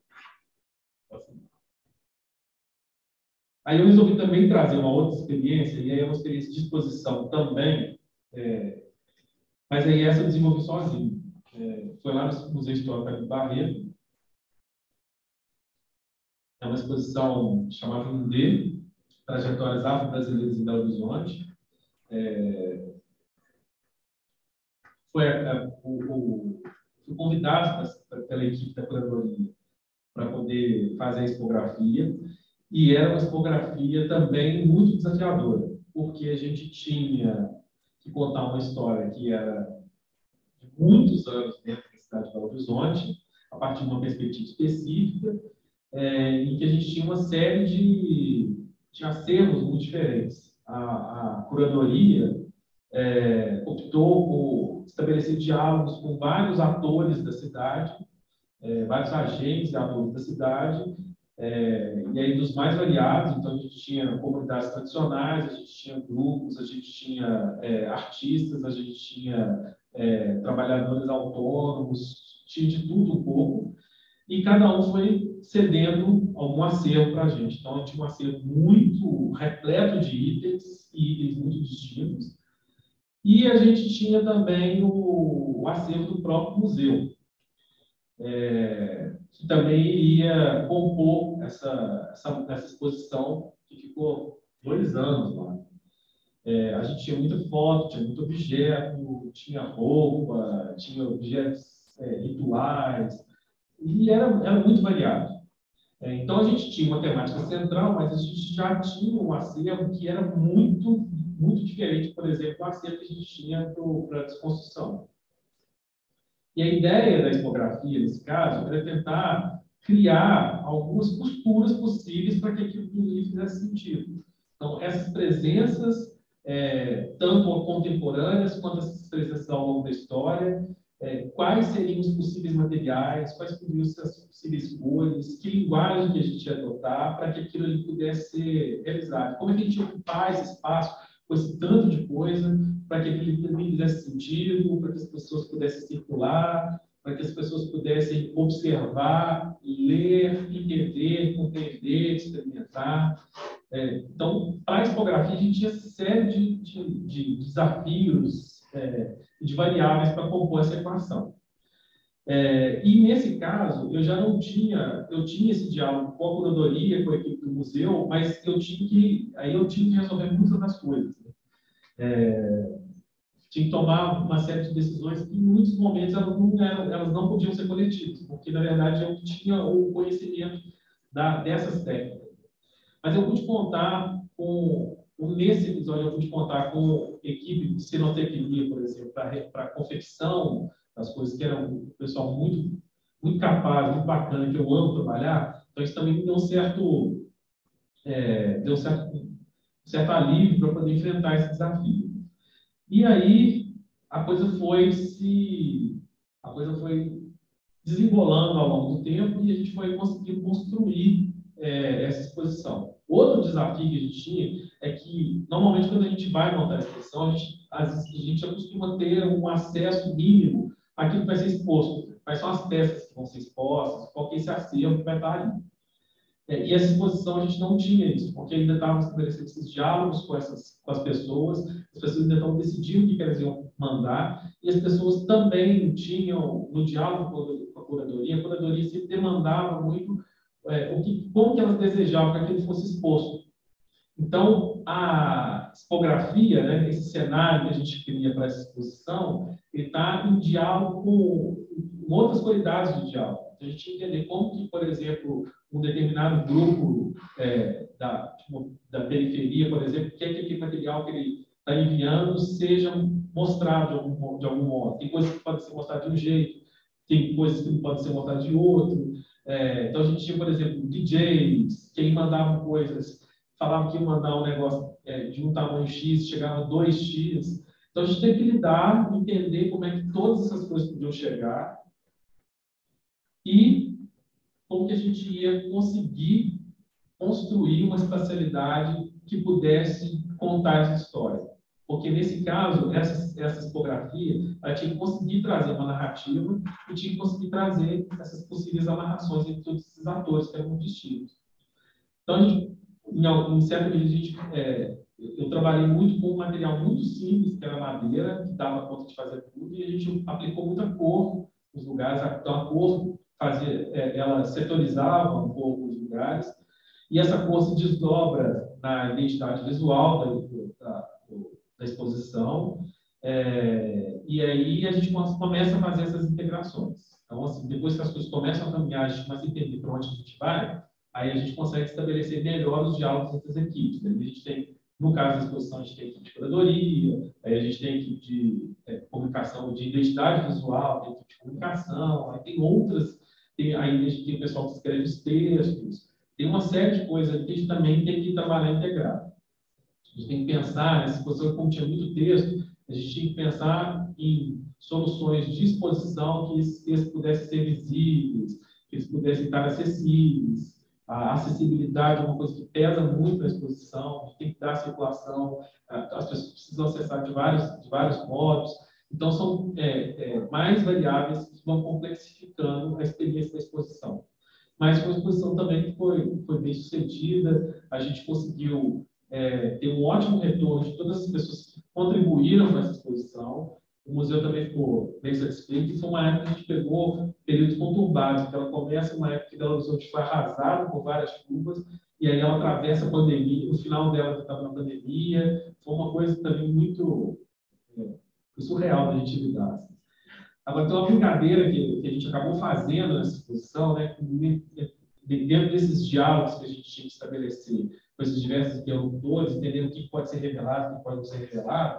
Aí eu resolvi também trazer uma outra experiência, e aí é uma experiência de exposição também, é, mas aí essa eu desenvolvi sozinho. É, foi lá no Museu Histórico de Barreto. É uma exposição chamada M D, Trajetórias Afro-Brasileiras em Belo Horizonte. É, foi a, a, o, o, fui convidado pra, pela equipe da curadoria para poder fazer a expografia, e era uma expografia também muito desafiadora, porque a gente tinha que contar uma história que era de muitos anos dentro da cidade de Belo Horizonte, a partir de uma perspectiva específica, é, em que a gente tinha uma série de, de acervos muito diferentes. A, a curadoria é, optou por estabelecer diálogos com vários atores da cidade, é, vários agentes e atores da cidade, é, e aí dos mais variados. Então a gente tinha comunidades tradicionais, a gente tinha grupos, a gente tinha é, artistas, a gente tinha é, trabalhadores autônomos, tinha de tudo um pouco, e cada um foi cedendo algum acervo para a gente. Então a gente tinha um acervo muito repleto de itens, e itens muito distintos, e a gente tinha também o, o acervo do próprio museu, é, que também iria compor essa, essa, essa exposição que ficou dois anos lá. É, a gente tinha muita foto, tinha muito objeto, tinha roupa, tinha objetos é, rituais, e era, era muito variado. É, então a gente tinha uma temática central, mas a gente já tinha um acervo que era muito, muito diferente, por exemplo, do acervo que a gente tinha para a desconstrução. E a ideia da expografia, nesse caso, era tentar criar algumas costuras possíveis para que aquilo tudo fizesse sentido. Então, essas presenças, é, tanto contemporâneas quanto essas presenças ao longo da história, é, quais seriam os possíveis materiais, quais poderiam ser as possíveis cores, que linguagem que a gente ia adotar para que aquilo ali pudesse ser realizado. Como é que a gente ia ocupar esse espaço com esse tanto de coisa, para que aquilo também fizesse sentido, para que as pessoas pudessem circular, para que as pessoas pudessem observar, ler, entender, compreender, experimentar. É, então, para a expografia, a gente tinha série de, de, de desafios é, de variáveis para compor essa equação. É, e nesse caso, eu já não tinha, eu tinha esse diálogo com a curadoria, com a equipe do museu, mas eu tinha que, aí eu tinha que resolver muitas das coisas. Né? É, tinha que tomar uma série de decisões que, em muitos momentos, elas não, eram, elas não podiam ser coletivas, porque, na verdade, eu tinha o conhecimento da, dessas técnicas. Mas eu pude contar com, nesse episódio, eu pude contar com equipe de cenotecnia, por exemplo, para a confecção das coisas, que era um pessoal muito, muito capaz, muito bacana, que eu amo trabalhar. Então, isso também me deu um certo, é, deu um certo, um certo alívio para poder enfrentar esse desafio. E aí, a coisa foi se... a coisa foi desembolando ao longo do tempo e a gente foi conseguindo construir é, essa exposição. Outro desafio que a gente tinha é que, normalmente, quando a gente vai montar a exposição, a gente, às vezes, a gente costuma ter um acesso mínimo àquilo que vai ser exposto. Quais são as peças que vão ser expostas, qual que é esse acervo que vai estar ali. É, e essa exposição a gente não tinha isso, porque ainda estavam estabelecendo esses diálogos com, essas, com as pessoas, as pessoas ainda estavam decidindo o que elas iam mandar, e as pessoas também tinham, no diálogo com a curadoria, a curadoria sempre demandava muito é, o que, como que elas desejavam que aquilo fosse exposto. Então, a expografia, né, esse cenário que a gente cria para essa exposição, ele está em diálogo com, com outras qualidades de diálogo. Então, a gente entender como que, por exemplo, um determinado grupo é, da, tipo, da periferia, por exemplo, quer que aquele material que ele está enviando seja mostrado de algum, de algum modo. Tem coisas que podem ser mostradas de um jeito, tem coisas que não podem ser mostradas de outro. É, então, a gente tinha, por exemplo, D Js, que mandavam coisas, falavam que ia mandar um negócio é, de um tamanho X, chegava a dois X. Então, a gente tem que lidar, entender como é que todas essas coisas podiam chegar e como que a gente ia conseguir construir uma espacialidade que pudesse contar essa história. Porque, nesse caso, essa, essa tipografia, ela tinha que conseguir trazer uma narrativa e tinha que conseguir trazer essas possíveis amarrações entre todos esses atores que eram muito distintos. Então, a gente, em, em certa medida, a gente, é, eu trabalhei muito com um material muito simples, que era madeira, que dava conta de fazer tudo, e a gente aplicou muita cor nos lugares. Então, a cor fazia, é, ela setorizava um pouco os lugares, e essa cor se desdobra na identidade visual da, da, da exposição, é, e aí a gente começa a fazer essas integrações. Então, assim, depois que as coisas começam a caminhar, a gente começa a entender para onde a gente vai, aí a gente consegue estabelecer melhor os diálogos entre as equipes. Aí a gente tem, no caso da exposição, a gente tem equipe de curadoria, aí a gente tem equipe de é, comunicação, de identidade visual, tem equipe de comunicação, aí tem outras, tem, aí a gente tem o pessoal que escreve os textos, tem uma série de coisas que a gente também tem que trabalhar integrado. A gente tem que pensar, nessa exposição, como tinha muito texto, a gente tinha que pensar em soluções de exposição que eles, que eles pudessem ser visíveis, que eles pudessem estar acessíveis. A acessibilidade é uma coisa que pesa muito na exposição, a gente tem que dar circulação, as pessoas precisam acessar de vários, de vários modos. Então, são é, é, mais variáveis que vão complexificando a experiência da exposição. Mas foi uma exposição também que foi, foi bem sucedida, a gente conseguiu é, ter um ótimo retorno de todas as pessoas que contribuíram com essa exposição. O museu também ficou bem satisfeito, e foi uma época que a gente pegou períodos conturbados, porque ela começa uma época que Belo Horizonte foi arrasado por várias chuvas, e aí ela atravessa a pandemia, o final dela estava na pandemia, foi uma coisa também muito é, surreal da gente lidar. Assim. Agora, tem uma brincadeira que, que a gente acabou fazendo nessa exposição, né, dentro desses diálogos que a gente tinha que estabelecer com esses diversos interlocutores, entender o que pode ser revelado, o que pode não ser revelado.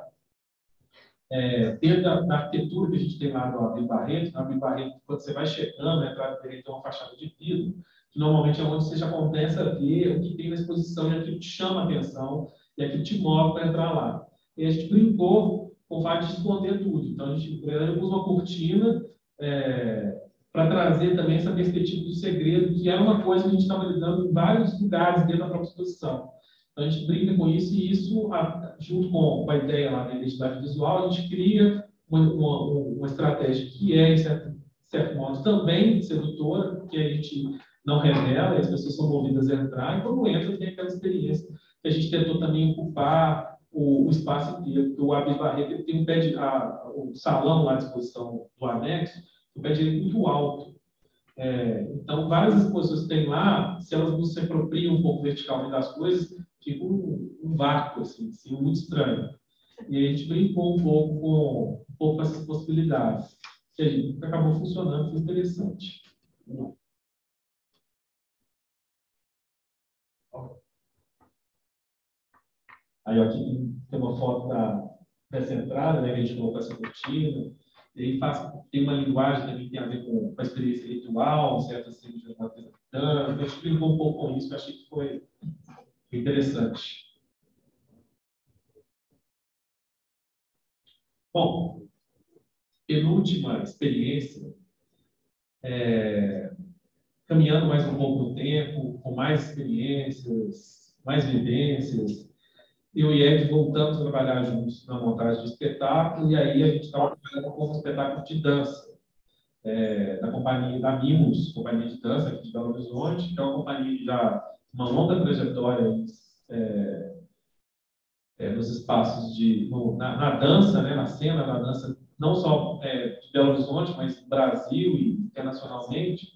É, dentro da, da arquitetura que a gente tem lá no Abel Barreto, no Abel Barreto, quando você vai chegando, a entrada dele tem uma fachada de vidro, que normalmente é onde você já começa a ver o que tem na exposição e aquilo te chama a atenção e aquilo te move para entrar lá. E a gente brincou com o fato de esconder tudo. Então, a gente pôs uma cortina é, para trazer também essa perspectiva do segredo, que era uma coisa que a gente estava lidando em vários lugares dentro da própria exposição. Então, a gente brinca com isso e isso, junto com a ideia lá da identidade visual, a gente cria uma, uma, uma estratégia que é, de certo, de certo modo, também sedutora, porque a gente não revela, e as pessoas são movidas a entrar, e quando entra, tem aquela experiência que a gente tentou também ocupar o, o espaço inteiro, porque o Abel Barreto tem um pé de, a, o salão lá à disposição do anexo, o pé direito muito alto. É, então, várias exposições que tem lá, se elas não se apropriam um pouco verticalmente das coisas, fica um, um vácuo, assim, assim, muito estranho. E a gente brincou um pouco com, um pouco com essas possibilidades, que a gente acabou funcionando, foi interessante. Aí, ó, aqui tem uma foto da, dessa entrada, né, que a gente colocou essa cortina. E aí faz, tem uma linguagem também que tem a ver com, com a experiência ritual, certas cenas de uma coisa. A gente brincou um pouco com isso, eu achei que foi interessante. Bom, penúltima experiência, é, caminhando mais um pouco no tempo, com mais experiências, mais vivências, eu e Ed voltamos a trabalhar juntos na montagem de espetáculo, e aí a gente estava trabalhando com um espetáculo de dança, é, da companhia da Mimos, companhia de dança aqui de Belo Horizonte, que é uma companhia que já uma longa trajetória é, é, nos espaços de no, na, na dança, né, na cena da dança, não só é, de Belo Horizonte, mas do Brasil e internacionalmente.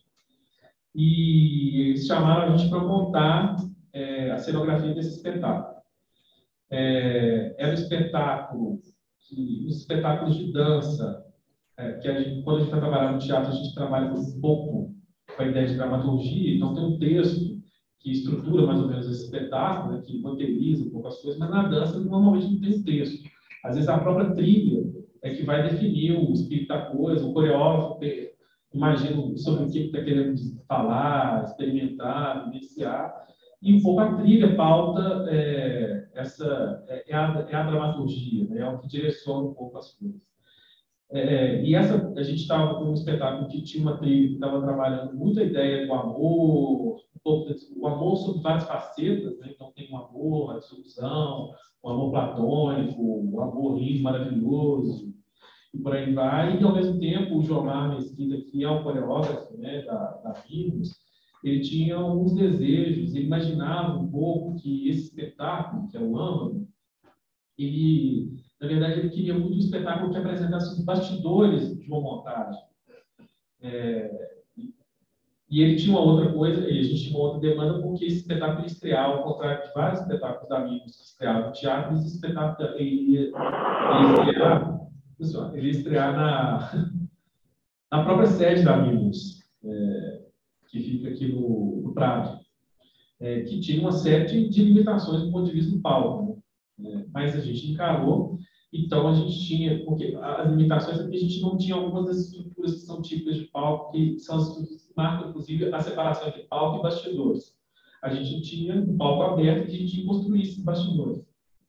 E eles chamaram a gente para montar é, a cenografia desse espetáculo. É, era um espetáculo, que, os espetáculos de dança, é, que a gente, quando a gente vai trabalhar no teatro, a gente trabalha um pouco com a ideia de dramaturgia, então tem um texto que estrutura mais ou menos esse espetáculo, né, que roteiriza um pouco as coisas, mas na dança normalmente não tem um texto. Às vezes a própria trilha é que vai definir o espírito da coisa, o coreógrafo imagina sobre o que está querendo falar, experimentar, vivenciar, e um pouco a trilha pauta é, essa, é, a, é a dramaturgia, né, é o que direciona um pouco as coisas. É, e essa, a gente estava com um espetáculo que tinha uma trilha que estava trabalhando muito a ideia do amor, um pouco desse- o amor sob várias facetas, né? Então tem o amor, a desilusão, o amor platônico, o amor lindo, maravilhoso, e por aí vai. E, ao mesmo tempo, o Jomar Mesquita, que é o coreógrafo, né, da, da Mimos, ele tinha alguns desejos, ele imaginava um pouco que esse espetáculo, que é o Âmago, ele, na verdade, ele queria muito um espetáculo que apresentasse os bastidores de uma montagem. É, e ele tinha uma outra coisa, e a gente tinha uma outra demanda, porque esse espetáculo ia estrear, ao contrário de vários espetáculos da Mimos que estreavam no teatro, esse espetáculo ele ia, ele ia estrear, ele ia estrear na, na própria sede da Mimos, é, que fica aqui no, no Prado, é, que tinha uma série de, de limitações do ponto de vista do palco, né? Mas a gente encarou, então a gente tinha, porque as limitações é que a gente não tinha algumas das estruturas que são típicas de palco, que são as estruturas que marcam, inclusive, a separação entre palco e bastidores. A gente tinha um palco aberto e a gente ia construir esses bastidores.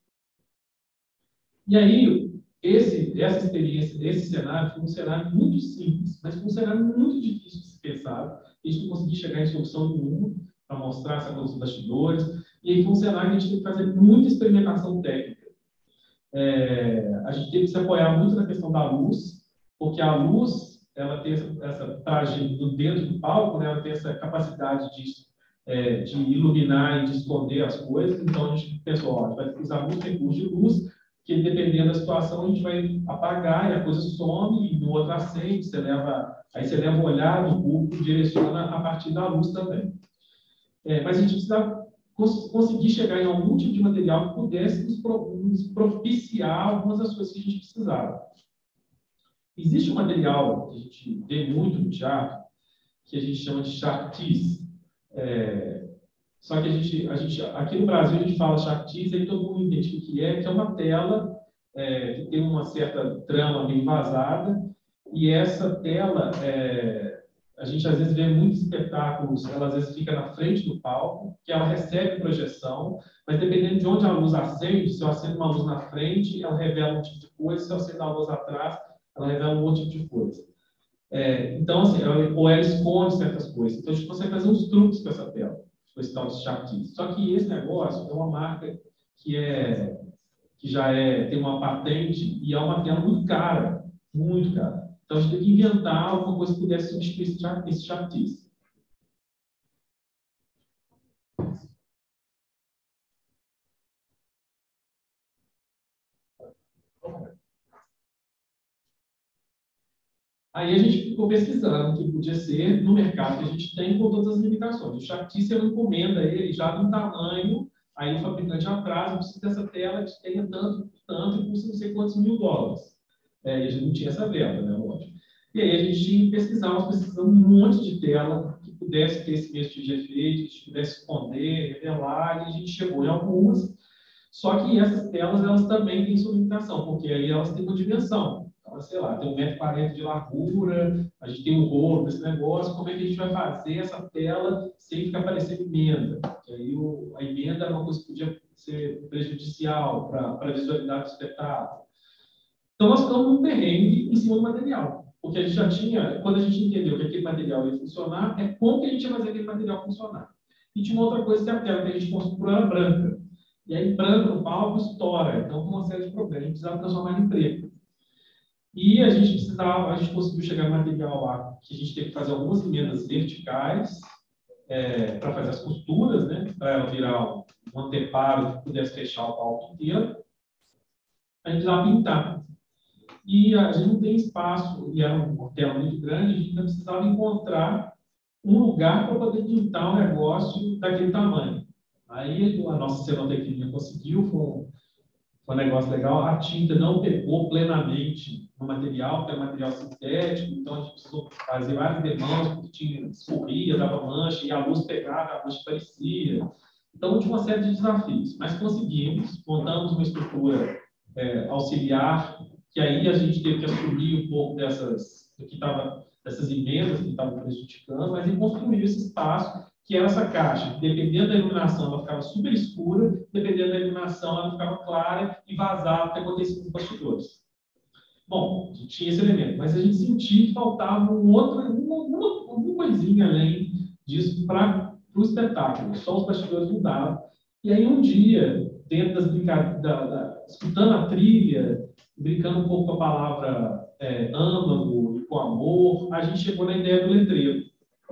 E aí, esse, essa experiência, esse cenário, foi um cenário muito simples, mas foi um cenário muito difícil de se pensar. A gente não conseguia chegar em solução nenhuma para mostrar essa coisa dos bastidores. E aí foi um cenário que a gente teve que fazer muita experimentação técnica. É, a gente teve que se apoiar muito na questão da luz, porque a luz, ela tem essa, essa tragédia dentro do palco, né, ela tem essa capacidade de, é, de iluminar e de esconder as coisas. Então a gente pensou, ó, a gente vai usar muito recurso de luz, que dependendo da situação a gente vai apagar e a coisa some e no outro acende, você leva, aí você leva o olhar do público, direciona a partir da luz também. É, mas a gente precisava cons conseguir chegar em algum tipo de material que pudesse nos, pro nos propiciar algumas das coisas que a gente precisava. Existe um material que a gente vê muito no teatro, que a gente chama de chartiz. É, só que a gente, a gente, aqui no Brasil a gente fala chartiz, aí todo mundo entende o que é, que é uma tela é, que tem uma certa trama meio vazada, e essa tela, é, a gente às vezes vê muitos espetáculos, ela às vezes fica na frente do palco, que ela recebe projeção, mas dependendo de onde a luz acende, se eu acendo uma luz na frente, ela revela um tipo de coisa, se eu acendo a luz atrás, ela revela um outro tipo de coisa. É, então, assim, ela, ou ela esconde certas coisas. Então, a gente consegue fazer uns truques com essa tela, com esse tal de chartiz. Só que esse negócio é uma marca que, é, que já é, tem uma patente e é uma tela muito cara, muito cara. Então, a gente tem que inventar alguma coisa que pudesse substituir esse chartiz. Aí a gente ficou pesquisando o que podia ser no mercado que a gente tem com todas as limitações. O chartiz, você não encomenda ele já no tamanho, aí o fabricante atrasa, precisa dessa tela que tenha tanto, tanto, e custa não sei quantos mil dólares. É, e a gente não tinha essa venda, né, lógico. E aí a gente tinha que pesquisar, nós pesquisamos um monte de tela que pudesse ter esse mesmo tipo de efeito, que pudesse esconder, revelar, e a gente chegou em algumas. Só que essas telas, elas também têm sua limitação, porque aí elas têm uma dimensão. Então, sei lá, tem um metro e quarenta de largura, a gente tem um rolo desse negócio, como é que a gente vai fazer essa tela sem ficar parecendo emenda? Porque aí o, a emenda é uma coisa que podia ser prejudicial para a visualidade do espetáculo. Então, nós ficamos num perrengue em cima do material. Porque a gente já tinha, quando a gente entendeu que aquele material ia funcionar, é como que a gente ia fazer aquele material funcionar. E tinha uma outra coisa que é a tela que a gente construiu era branca. E aí, branco no palco estoura. Então, com uma série de problemas, a gente precisava transformar em preto. E a gente precisava, a gente conseguiu chegar no material lá, que a gente teve que fazer algumas emendas verticais é, para fazer as costuras, né? Para ela virar um, um anteparo que pudesse fechar o palco inteiro. A gente precisava pintar. E a gente não tem espaço, e era um hotel muito grande, a gente ainda precisava encontrar um lugar para poder pintar um negócio daquele tamanho. Aí a nossa cenotecnia conseguiu, foi um, foi um negócio legal. A tinta não pegou plenamente no material, porque era material sintético, então a gente precisou fazer várias demãos, porque tinha, escorria, dava mancha, e a luz pegava, a mancha parecia. Então tinha uma série de desafios, mas conseguimos, montamos uma estrutura é, auxiliar, que aí a gente teve que assumir um pouco dessas, do que tava, dessas emendas que estavam prejudicando, mas em construir esse espaço, que era essa caixa, que dependendo da iluminação ela ficava super escura, dependendo da iluminação ela ficava clara e vazava o que acontecia nos bastidores. Bom, tinha esse elemento, mas a gente sentia que faltava um outro, uma, uma, uma coisinha além disso para o espetáculo. Só os bastidores não davam. E aí, um dia, dentro das brincadeiras, da, da, escutando a trilha, brincando um pouco com a palavra é, âmago e com amor, a gente chegou na ideia do letreiro.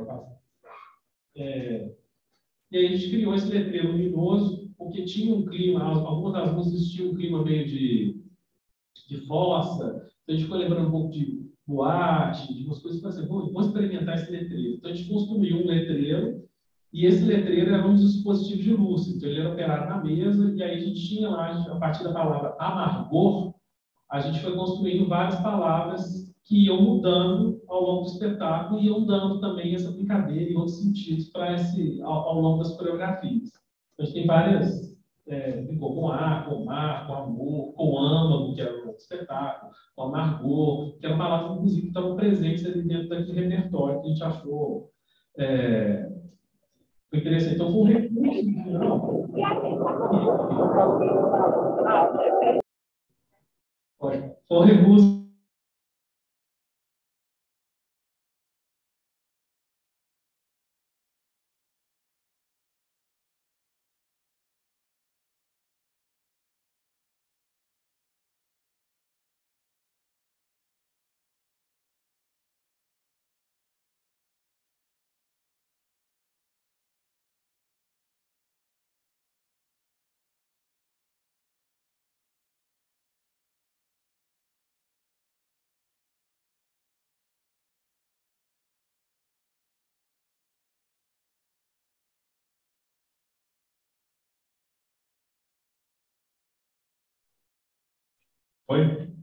É, e aí a gente criou esse letreiro luminoso, porque tinha um clima, algumas das músicas tinham um clima meio de, de fossa, então a gente ficou lembrando um pouco de boate, de umas coisas, assim, vamos experimentar esse letreiro. Então a gente construiu um letreiro, e esse letreiro era um dispositivo de luz, então ele era operado na mesa, e aí a gente tinha lá, a partir da palavra amargor, a gente foi construindo várias palavras que iam mudando ao longo do espetáculo e iam dando também essa brincadeira e outros sentidos para esse ao, ao longo das coreografias. Então, a gente tem várias, é, brincou com ar, com mar, com amor, com âmago, que era o espetáculo, com amargor, que eram palavras, inclusive, que estavam presentes ali dentro daquele repertório que a gente achou é, foi interessante. Então, foi um recurso. Não. Foi um recurso. Foi?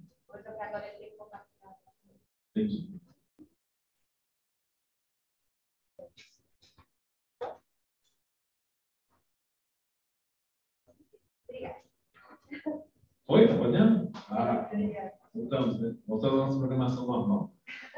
Entendi. Foi? Tá podendo? Ah, voltamos, né? Voltamos à nossa programação normal.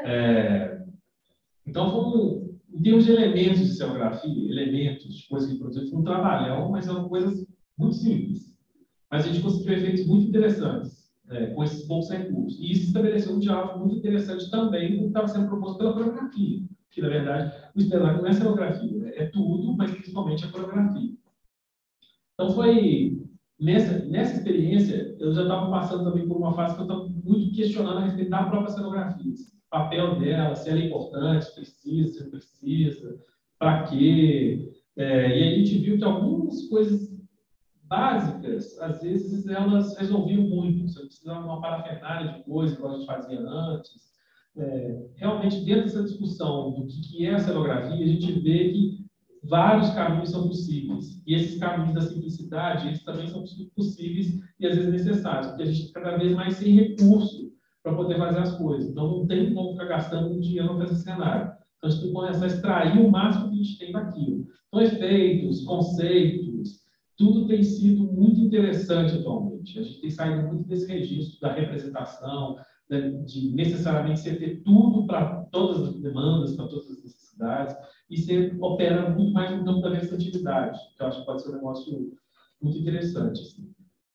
É, então, foi, em termos de elementos de cenografia, elementos, de coisas que produziu, foi um trabalhão, mas eram coisas muito simples. Mas a gente conseguiu efeitos muito interessantes é, com esses poucos recursos. E isso estabeleceu um diálogo muito interessante também com o que estava sendo proposto pela coreografia. Que, na verdade, o espetáculo não é cenografia, né? É tudo, mas principalmente a coreografia. Então, foi nessa, nessa experiência, eu já estava passando também por uma fase que eu estava muito questionando a respeito da própria cenografia. O papel dela, se ela é importante, se precisa, se não precisa, para quê. É, e a gente viu que algumas coisas básicas, às vezes, elas resolviam muito. Você não precisava de uma parafernália de coisa, igual a gente fazia antes. É, realmente, dentro dessa discussão do que, que é a cenografia, a gente vê que vários caminhos são possíveis. E esses caminhos da simplicidade, eles também são possíveis e, às vezes, necessários, porque a gente está cada vez mais sem recurso para poder fazer as coisas. Então, não tem como ficar gastando dinheiro para fazer cenário. Então, a gente tem que começar a extrair o máximo que a gente tem daquilo. Então, efeitos, conceitos, tudo tem sido muito interessante atualmente. A gente tem saído muito desse registro da representação, de necessariamente você ter tudo para todas as demandas, para todas as necessidades, e você opera muito mais no campo da versatilidade, que eu acho que pode ser um negócio muito interessante. Assim.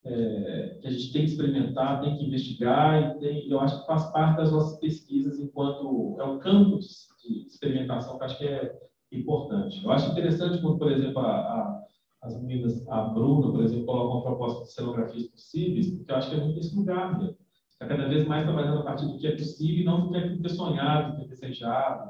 É, que a gente tem que experimentar, tem que investigar, e tem, eu acho que faz parte das nossas pesquisas enquanto é um campo de experimentação que eu acho que é importante. Eu acho interessante quando, por exemplo, a, a as meninas, a Bruna, por exemplo, coloca uma proposta de cenografias possíveis, porque eu acho que é muito nesse lugar mesmo. Está cada vez mais trabalhando a partir do que é possível e não do que é, que é sonhado, do que é desejado.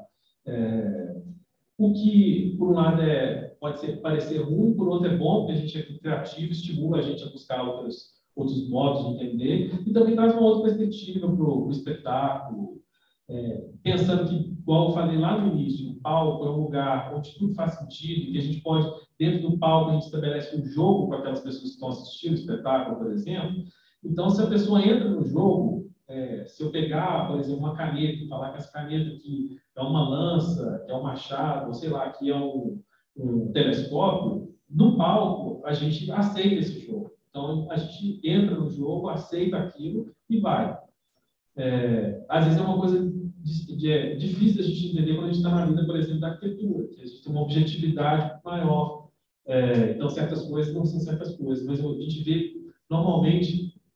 É, o que, por um lado, é, pode ser, parecer ruim, por outro é bom, porque a gente é criativo, estimula a gente a buscar outros, outros modos de entender, e também traz uma outra perspectiva para o espetáculo, é, pensando que, igual eu falei lá no início, o palco é um lugar onde tudo faz sentido, e que a gente pode, dentro do palco, a gente estabelece um jogo com aquelas pessoas que estão assistindo o espetáculo, por exemplo. Então, se a pessoa entra no jogo, é, se eu pegar, por exemplo, uma caneta e falar que essa caneta aqui é uma lança, que é um machado, ou sei lá, que é um, um telescópio, no palco, a gente aceita esse jogo. Então, a gente entra no jogo, aceita aquilo e vai. É, às vezes é uma coisa de, de, é difícil a gente entender quando a gente está na vida, por exemplo, da arquitetura, que a gente tem uma objetividade maior. É, então, certas coisas não são certas coisas, mas a gente vê, normalmente,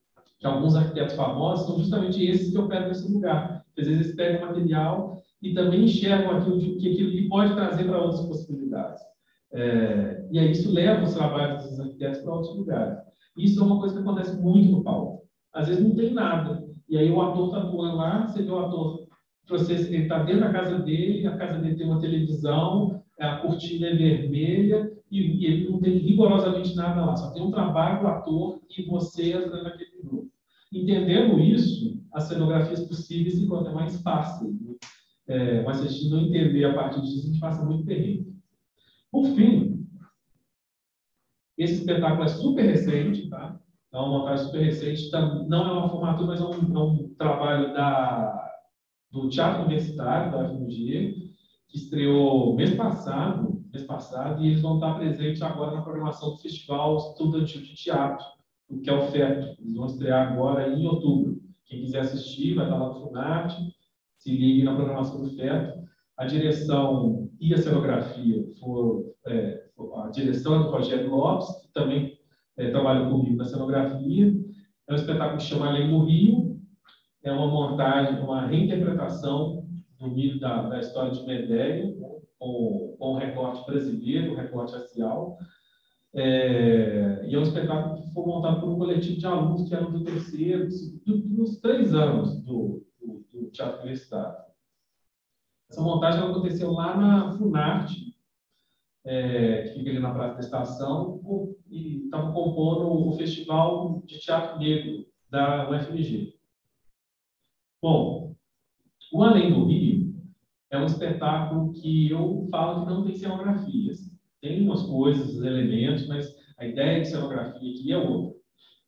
que alguns arquitetos famosos são justamente esses que operam nesse lugar. Às vezes eles pegam material e também enxergam aquilo de, que aquilo que pode trazer para outras possibilidades. É, e aí isso leva os trabalhos dos arquitetos para outros lugares. Isso é uma coisa que acontece muito no palco. Às vezes não tem nada. E aí o ator está atuando lá, você vê o ator, ele está dentro da casa dele, a casa dele tem uma televisão, a cortina é vermelha, e, e ele não tem rigorosamente nada lá. Só tem um trabalho do ator e você entrando naquele grupo. Entendendo isso, as cenografias possíveis se tornam mais fáceis. Né? É, mas se a gente não entender a partir disso, a gente passa muito terreno. Por fim, esse espetáculo é super recente, tá? É uma montagem super recente, não é uma formatura, mas é um, é um trabalho da, do Teatro Universitário, da U F M G, que estreou mês passado, mês passado, e eles vão estar presentes agora na programação do Festival Estudantil de Teatro, que é o FETO. Eles vão estrear agora em outubro. Quem quiser assistir, vai estar lá no Funarte, se ligue na programação do FETO. A direção e a cenografia foram, é, a direção é do Rogério Lopes, que também é, trabalha comigo na cenografia. É um espetáculo que chama Além do Rio, é uma montagem, uma reinterpretação do mito da, da história de Medéia, com, com o recorte brasileiro, o recorte racial. É, e é um espetáculo que foi montado por um coletivo de alunos que eram do terceiro, do, dos três anos do, do, do Teatro Universitário. Essa montagem ela aconteceu lá na Funarte, é, que fica ali na Praça da Estação, e estava compondo o Festival de Teatro Negro da U F M G. Bom, o Além do Rio é um espetáculo que eu falo que não tem cenografias. Tem umas coisas, elementos, mas a ideia de cenografia aqui é outra.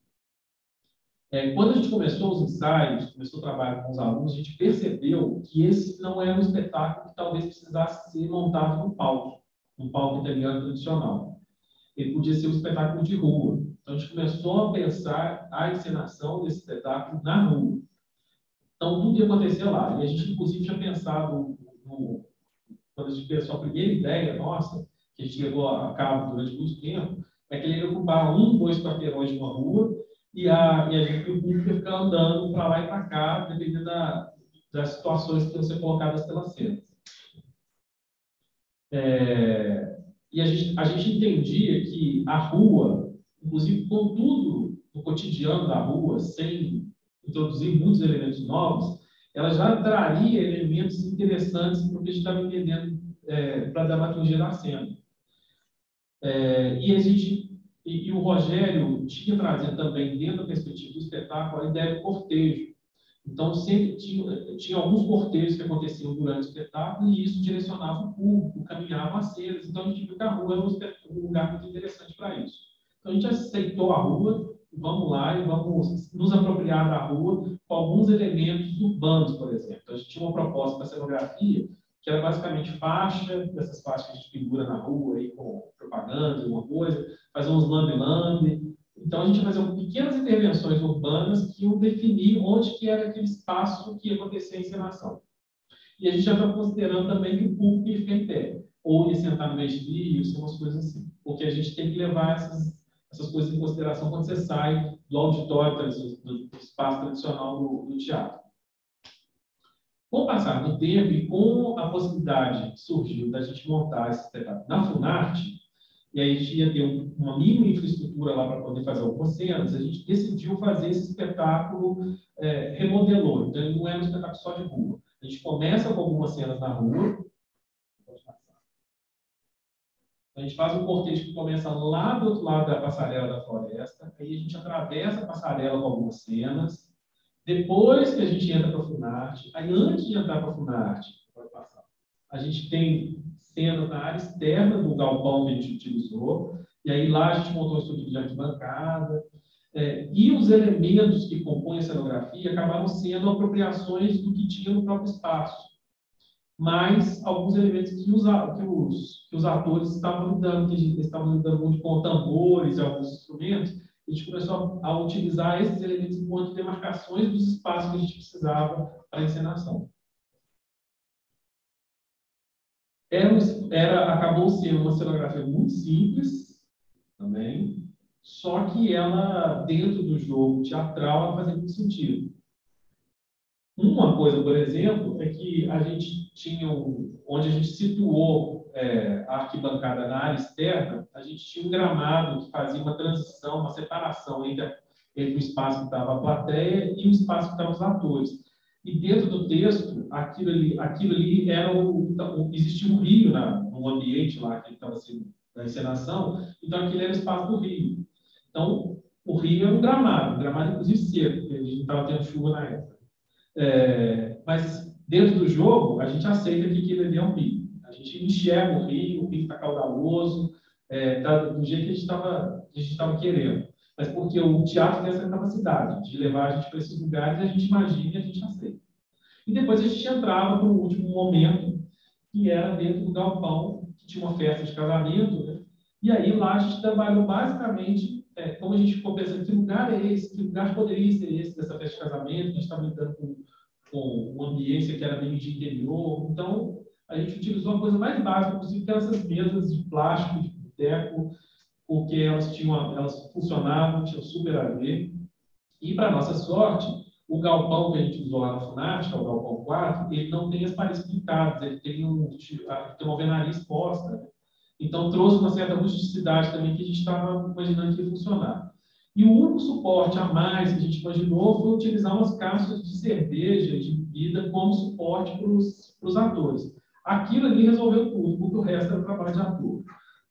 É, quando a gente começou os ensaios, começou o trabalho com os alunos, a gente percebeu que esse não era um espetáculo que talvez precisasse ser montado no palco, no palco italiano tradicional. Ele podia ser um espetáculo de rua. Então, a gente começou a pensar a encenação desse espetáculo na rua. Então, tudo ia acontecer lá. E a gente, inclusive, tinha pensado, no, quando a gente pensou a primeira ideia nossa, que a gente levou a cabo durante muito tempo, é que ele ia ocupar um, dois quarteirões de uma rua, e a, e a gente, o público, ia ficar andando para lá e para cá, dependendo da, das situações que iam ser colocadas pela cena. É, e a gente, a gente entendia que a rua, inclusive com tudo no cotidiano da rua, sem introduzir muitos elementos novos, ela já traria elementos interessantes para o que a gente estava entendendo é, para a dramaturgia da cena. É, e, a gente, e, e o Rogério tinha trazido também, dentro da perspectiva do espetáculo, a ideia do cortejo. Então, sempre tinha, tinha alguns cortejos que aconteciam durante o espetáculo e isso direcionava o público, caminhava as cenas. Então, a gente viu que a rua era um lugar muito interessante para isso. Então, a gente aceitou a rua, vamos lá e vamos nos apropriar da rua com alguns elementos urbanos, por exemplo. Então, a gente tinha uma proposta para a cenografia, que era basicamente faixa, dessas faixas que a gente pendura na rua, aí, com propaganda, alguma coisa, fazer uns lambe-lambe. Então, a gente ia fazer pequenas intervenções urbanas que iam definir onde que era aquele espaço que ia acontecer a encenação. E a gente já está considerando também que o público ia ficar em pé, ou ia sentar no meio-fio, umas coisas assim. Porque a gente tem que levar essas, essas coisas em consideração quando você sai do auditório, do, do espaço tradicional do, do teatro. Com o passar do tempo e com a possibilidade que surgiu da gente montar esse espetáculo na Funarte, e aí a gente ia ter um, uma mínima infraestrutura lá para poder fazer algumas cenas, a gente decidiu fazer esse espetáculo, é, remodelou. Então, ele não é um espetáculo só de rua. A gente começa com algumas cenas na rua. A gente faz um cortejo que começa lá do outro lado da passarela da floresta, aí a gente atravessa a passarela com algumas cenas. Depois que a gente entra para a Funarte, aí antes de entrar para a Funarte, a gente tem cenas na área externa do galpão que a gente utilizou, e aí lá a gente montou um estúdio de arquibancada, é, e os elementos que compõem a cenografia acabaram sendo apropriações do que tinha no próprio espaço, mas alguns elementos que os, que os, que os atores estavam lidando, que a gente estavam lidando muito com tambores e alguns instrumentos, a gente começou a, a utilizar esses elementos enquanto demarcações dos espaços que a gente precisava para a encenação. Era, era, acabou sendo uma cenografia muito simples, também, só que ela, dentro do jogo teatral, ela fazia muito sentido. Uma coisa, por exemplo, é que a gente tinha, um, onde a gente situou é, a arquibancada na área externa, a gente tinha um gramado que fazia uma transição, uma separação entre, a, entre o espaço que estava a plateia e o espaço que estavam os atores. E dentro do texto, aquilo ali, aquilo ali era o, o existia um rio na, no ambiente lá que estava sendo na encenação, então aquilo era o espaço do rio. Então, o rio é um gramado, um gramado inclusive seco, porque a gente não estava tendo chuva na época. É, mas dentro do jogo, a gente aceita que aquilo ali é um rio. A gente enxerga o rio, o rio está caudaloso, é, tá do jeito que a gente estava querendo. Mas porque o teatro tem essa capacidade de levar a gente para esses lugares, a gente imagina e a gente aceita. E depois a gente entrava para o último momento, que era dentro do galpão, que tinha uma festa de casamento, né? E aí lá a gente trabalhou basicamente, é, como a gente ficou pensando, que lugar é esse, que lugar poderia ser esse dessa festa de casamento, que a gente estava lidando com, com uma ambiência que era meio de interior. Então, a gente utilizou a coisa mais básica possível, que eram essas mesas de plástico, de boteco, porque elas, tinham, elas funcionavam, tinham super a ver. E, para nossa sorte, o galpão que a gente usou lá na FUNAT, que é o galpão quatro, ele não tem as paredes pintadas, ele tem, um, tem uma alvenaria exposta, né? Então, trouxe uma certa rusticidade também que a gente estava imaginando que ia funcionar. E o único suporte a mais que a gente imaginou foi utilizar umas caixas de cerveja, de bebida, como suporte para os atores. Aquilo ali resolveu tudo, porque o resto era trabalho de ator.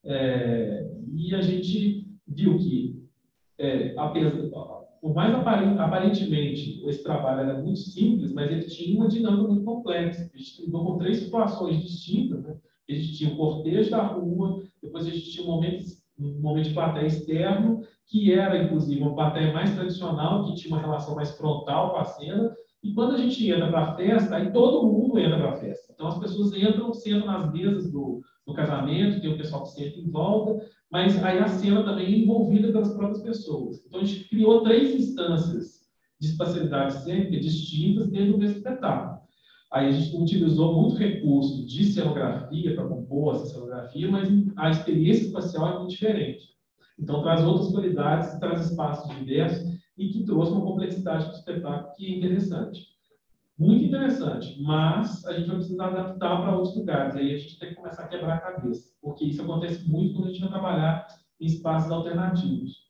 É, e a gente viu que, é, apesar, por mais aparentemente esse trabalho era muito simples, mas ele tinha uma dinâmica muito complexa. A gente lidou com três situações distintas, né? A gente tinha o cortejo da rua, depois a gente tinha um momento, um momento de plateia externo, que era, inclusive, uma plateia mais tradicional, que tinha uma relação mais frontal com a cena, e quando a gente entra para a festa, aí todo mundo entra para a festa. Então, as pessoas entram, sentam nas mesas do, do casamento, tem o pessoal que senta em volta, mas aí a cena também é envolvida pelas próprias pessoas. Então, a gente criou três instâncias de espacialidade cênica distintas dentro do mesmo espetáculo. Aí a gente utilizou muito recurso de cenografia para compor essa cenografia, mas a experiência espacial é muito diferente. Então, traz outras qualidades, traz espaços diversos e que trouxe uma complexidade para o espetáculo que é interessante. Muito interessante, mas a gente vai precisar adaptar para outros lugares. Aí a gente tem que começar a quebrar a cabeça, porque isso acontece muito quando a gente vai trabalhar em espaços alternativos.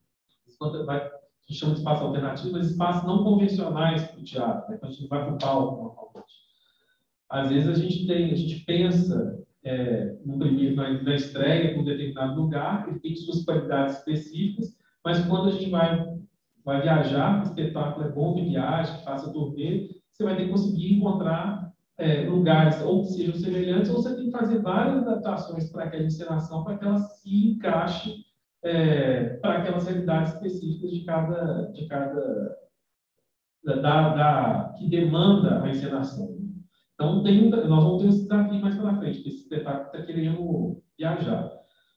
Vai, a gente chama de espaços alternativos, mas espaços não convencionais para o teatro, né? Quando a gente vai para o palco, normalmente. Às vezes a gente tem, a gente pensa é, no primeiro, na, na estreia com um determinado lugar, ele tem suas qualidades específicas, mas quando a gente vai, vai viajar, o espetáculo é bom que viaje, que faça turnê, você vai ter que conseguir encontrar é, lugares ou que sejam semelhantes, ou você tem que fazer várias adaptações para aquela encenação, para que ela se encaixe é, para aquelas realidades específicas de cada, de cada da, da, que demanda a encenação. Então, tem, nós vamos ter esse desafio mais pela frente, porque esse espetáculo está querendo viajar.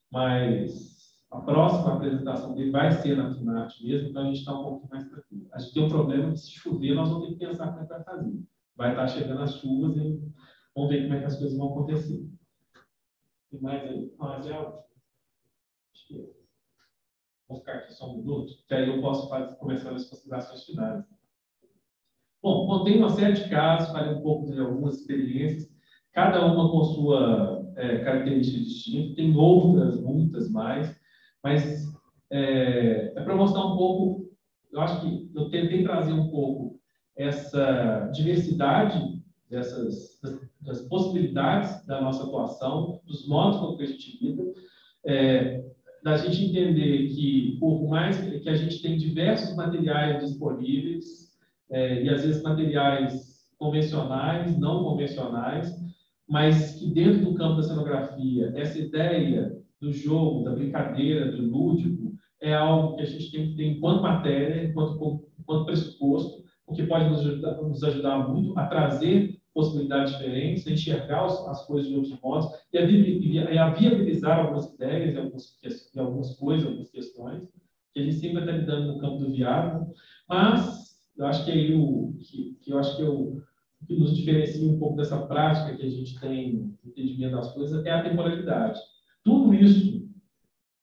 Mas a próxima apresentação dele vai ser na FUNAT mesmo, então a gente está um pouco mais tranquilo. A gente tem um problema de se chover, nós vamos ter que pensar como é que vai fazer. Vai estar chegando as chuvas e vamos ver como é que as coisas vão acontecer. Tem mais aí? Mais algo? Acho que vou ficar aqui só um minuto, que aí eu posso fazer, começar as considerações finais. Bom, contei uma série de casos, falei um pouco de algumas experiências, cada uma com sua é, característica distinta, tem outras, muitas mais, mas é, é para mostrar um pouco, eu acho que eu tentei trazer um pouco essa diversidade dessas, das, das possibilidades da nossa atuação, dos modos como que a gente lida, é, da gente entender que, por mais que a gente tem diversos materiais disponíveis, É, e às vezes materiais convencionais, não convencionais, mas que dentro do campo da cenografia, essa ideia do jogo, da brincadeira, do lúdico, é algo que a gente tem que ter enquanto matéria, enquanto, enquanto pressuposto, o que pode nos ajudar, nos ajudar muito a trazer possibilidades diferentes, a enxergar as coisas de outros modos e a, a viabilizar algumas ideias, algumas, algumas coisas, algumas questões, que a gente sempre está lidando no campo do viável, mas eu acho que aí o que, que eu acho que, eu, que nos diferencia um pouco dessa prática que a gente tem entendimento das coisas é a temporalidade. Tudo isso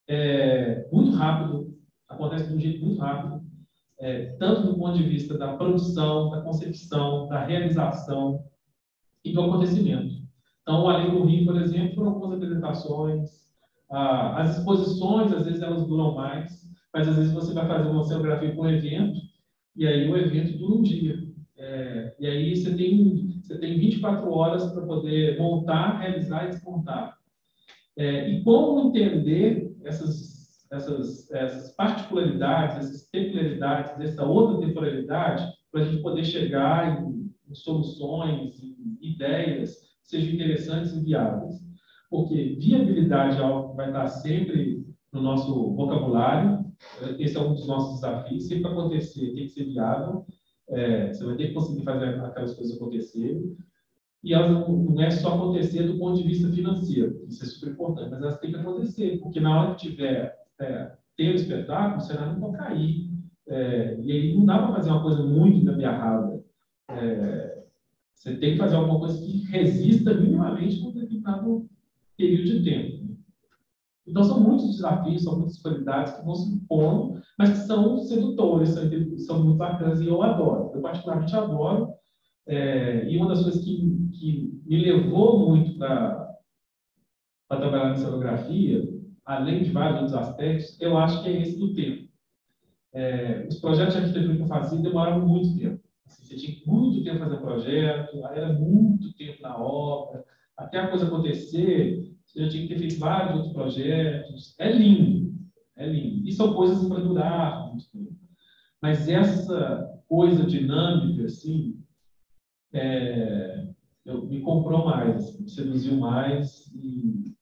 é muito rápido, acontece de um jeito muito rápido, é, tanto do ponto de vista da produção, da concepção, da realização e do acontecimento. Então, Além do Rio, por exemplo, foram algumas apresentações, ah, as exposições, às vezes, elas duram mais, mas às vezes você vai fazer uma cenografia para um evento, e aí o evento dura um dia. É, e aí você tem, você tem vinte e quatro horas para poder montar, realizar e desmontar. É, e como entender essas, essas, essas particularidades, essas peculiaridades dessa outra temporalidade, para a gente poder chegar em, em soluções, em ideias que sejam interessantes e viáveis. Porque viabilidade é algo que vai estar sempre no nosso vocabulário, esse é um dos nossos desafios, sempre acontecer, tem que ser viável, é, você vai ter que conseguir fazer aquelas coisas acontecerem, e elas não, não é só acontecer do ponto de vista financeiro, isso é super importante, mas elas têm que acontecer, porque na hora que tiver é, ter o espetáculo, o cenário não pode cair, é, e aí não dá para fazer uma coisa muito gambiarrada. É, você tem que fazer alguma coisa que resista minimamente por um determinado período de tempo. Então, são muitos desafios, são muitas qualidades que vão se impondo, mas que são sedutores, são, são muito bacanas, e eu adoro. Eu, particularmente, adoro. É, e uma das coisas que, que me levou muito para trabalhar na cenografia, além de vários outros aspectos, eu acho que é esse do tempo. É, os projetos de arquitetura que eu fazia demoravam muito tempo. Assim, você tinha muito tempo para fazer projeto, aí era muito tempo na obra, até a coisa acontecer, você já tinha que ter feito vários outros projetos. É lindo, é lindo. E são coisas para durar muito tempo. Mas essa coisa dinâmica, assim, é, eu, me comprou mais, assim, me seduziu mais, e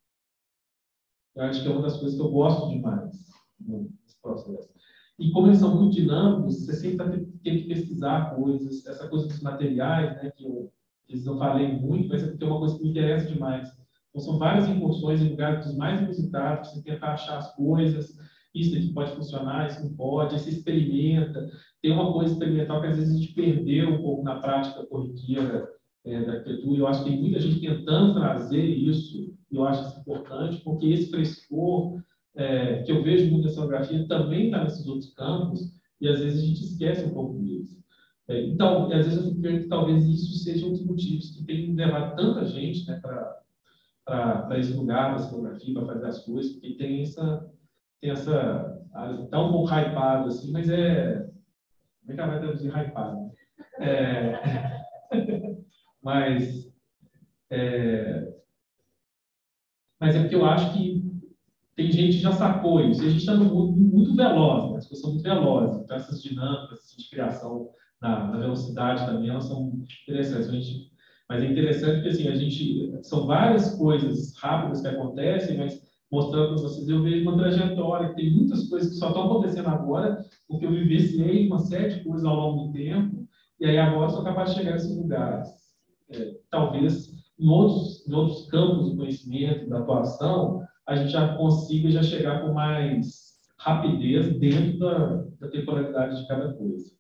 eu acho que é uma das coisas que eu gosto demais nesse processo. E como eles são muito dinâmicos, você sempre tá, tem que pesquisar coisas, essa coisa dos materiais, né, que eu, que eu falei muito, mas tem uma coisa que me interessa demais. Então, são várias incursões em lugares dos mais inusitados, você tenta achar as coisas, isso aqui pode funcionar, isso não pode, aí você experimenta. Tem uma coisa experimental que às vezes a gente perdeu um pouco na prática corriqueira é, da arquitetura, e eu acho que tem muita gente tentando trazer isso, e eu acho isso importante, porque esse frescor é, que eu vejo muito na cenografia também está nesses outros campos, e às vezes a gente esquece um pouco deles. É, então, às vezes eu fico vendo que talvez isso seja um dos motivos que tem levado tanta gente, né, para esse lugar da cenografia, para fazer as coisas, porque tem essa, tem essa, está um pouco hypado assim, mas é, como é que ela vai traduzir hypado? É, mas, é, mas é porque eu acho que tem gente que já sacou isso. E a gente está num mundo muito veloz, né? As coisas são muito velozes. Então, essas dinâmicas de criação na, na velocidade também, elas são interessantes. A gente, mas é interessante porque, assim, a gente... São várias coisas rápidas que acontecem, mas mostrando para vocês, eu vejo uma trajetória, tem muitas coisas que só estão acontecendo agora, porque eu vivenciei uma série de coisas ao longo do tempo, e aí agora sou capaz de chegar nesses lugares. É, talvez em outros, em outros campos do conhecimento, da atuação, a gente já consiga já chegar com mais rapidez dentro da, da temporalidade de cada coisa.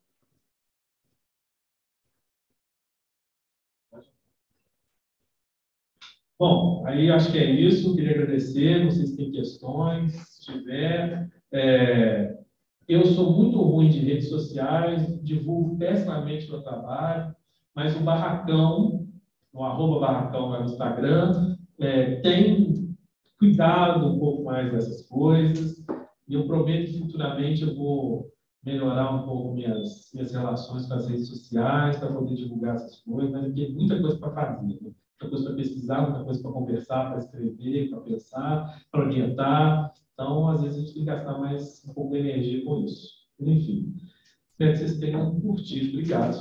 Bom, aí acho que é isso. Queria agradecer. Vocês têm questões, se tiver. É, eu sou muito ruim de redes sociais, divulgo pessimamente meu trabalho, mas o Barracão, o arroba Barracão no Instagram, é, tem cuidado um pouco mais dessas coisas, e eu prometo que futuramente eu vou melhorar um pouco minhas, minhas relações com as redes sociais, para poder divulgar essas coisas, mas tem muita coisa para fazer, né? Muita coisa para pesquisar, muita coisa para conversar, para escrever, para pensar, para orientar. Então, às vezes, a gente tem que gastar mais um pouco de energia com isso. Enfim, espero que vocês tenham curtido. Obrigado.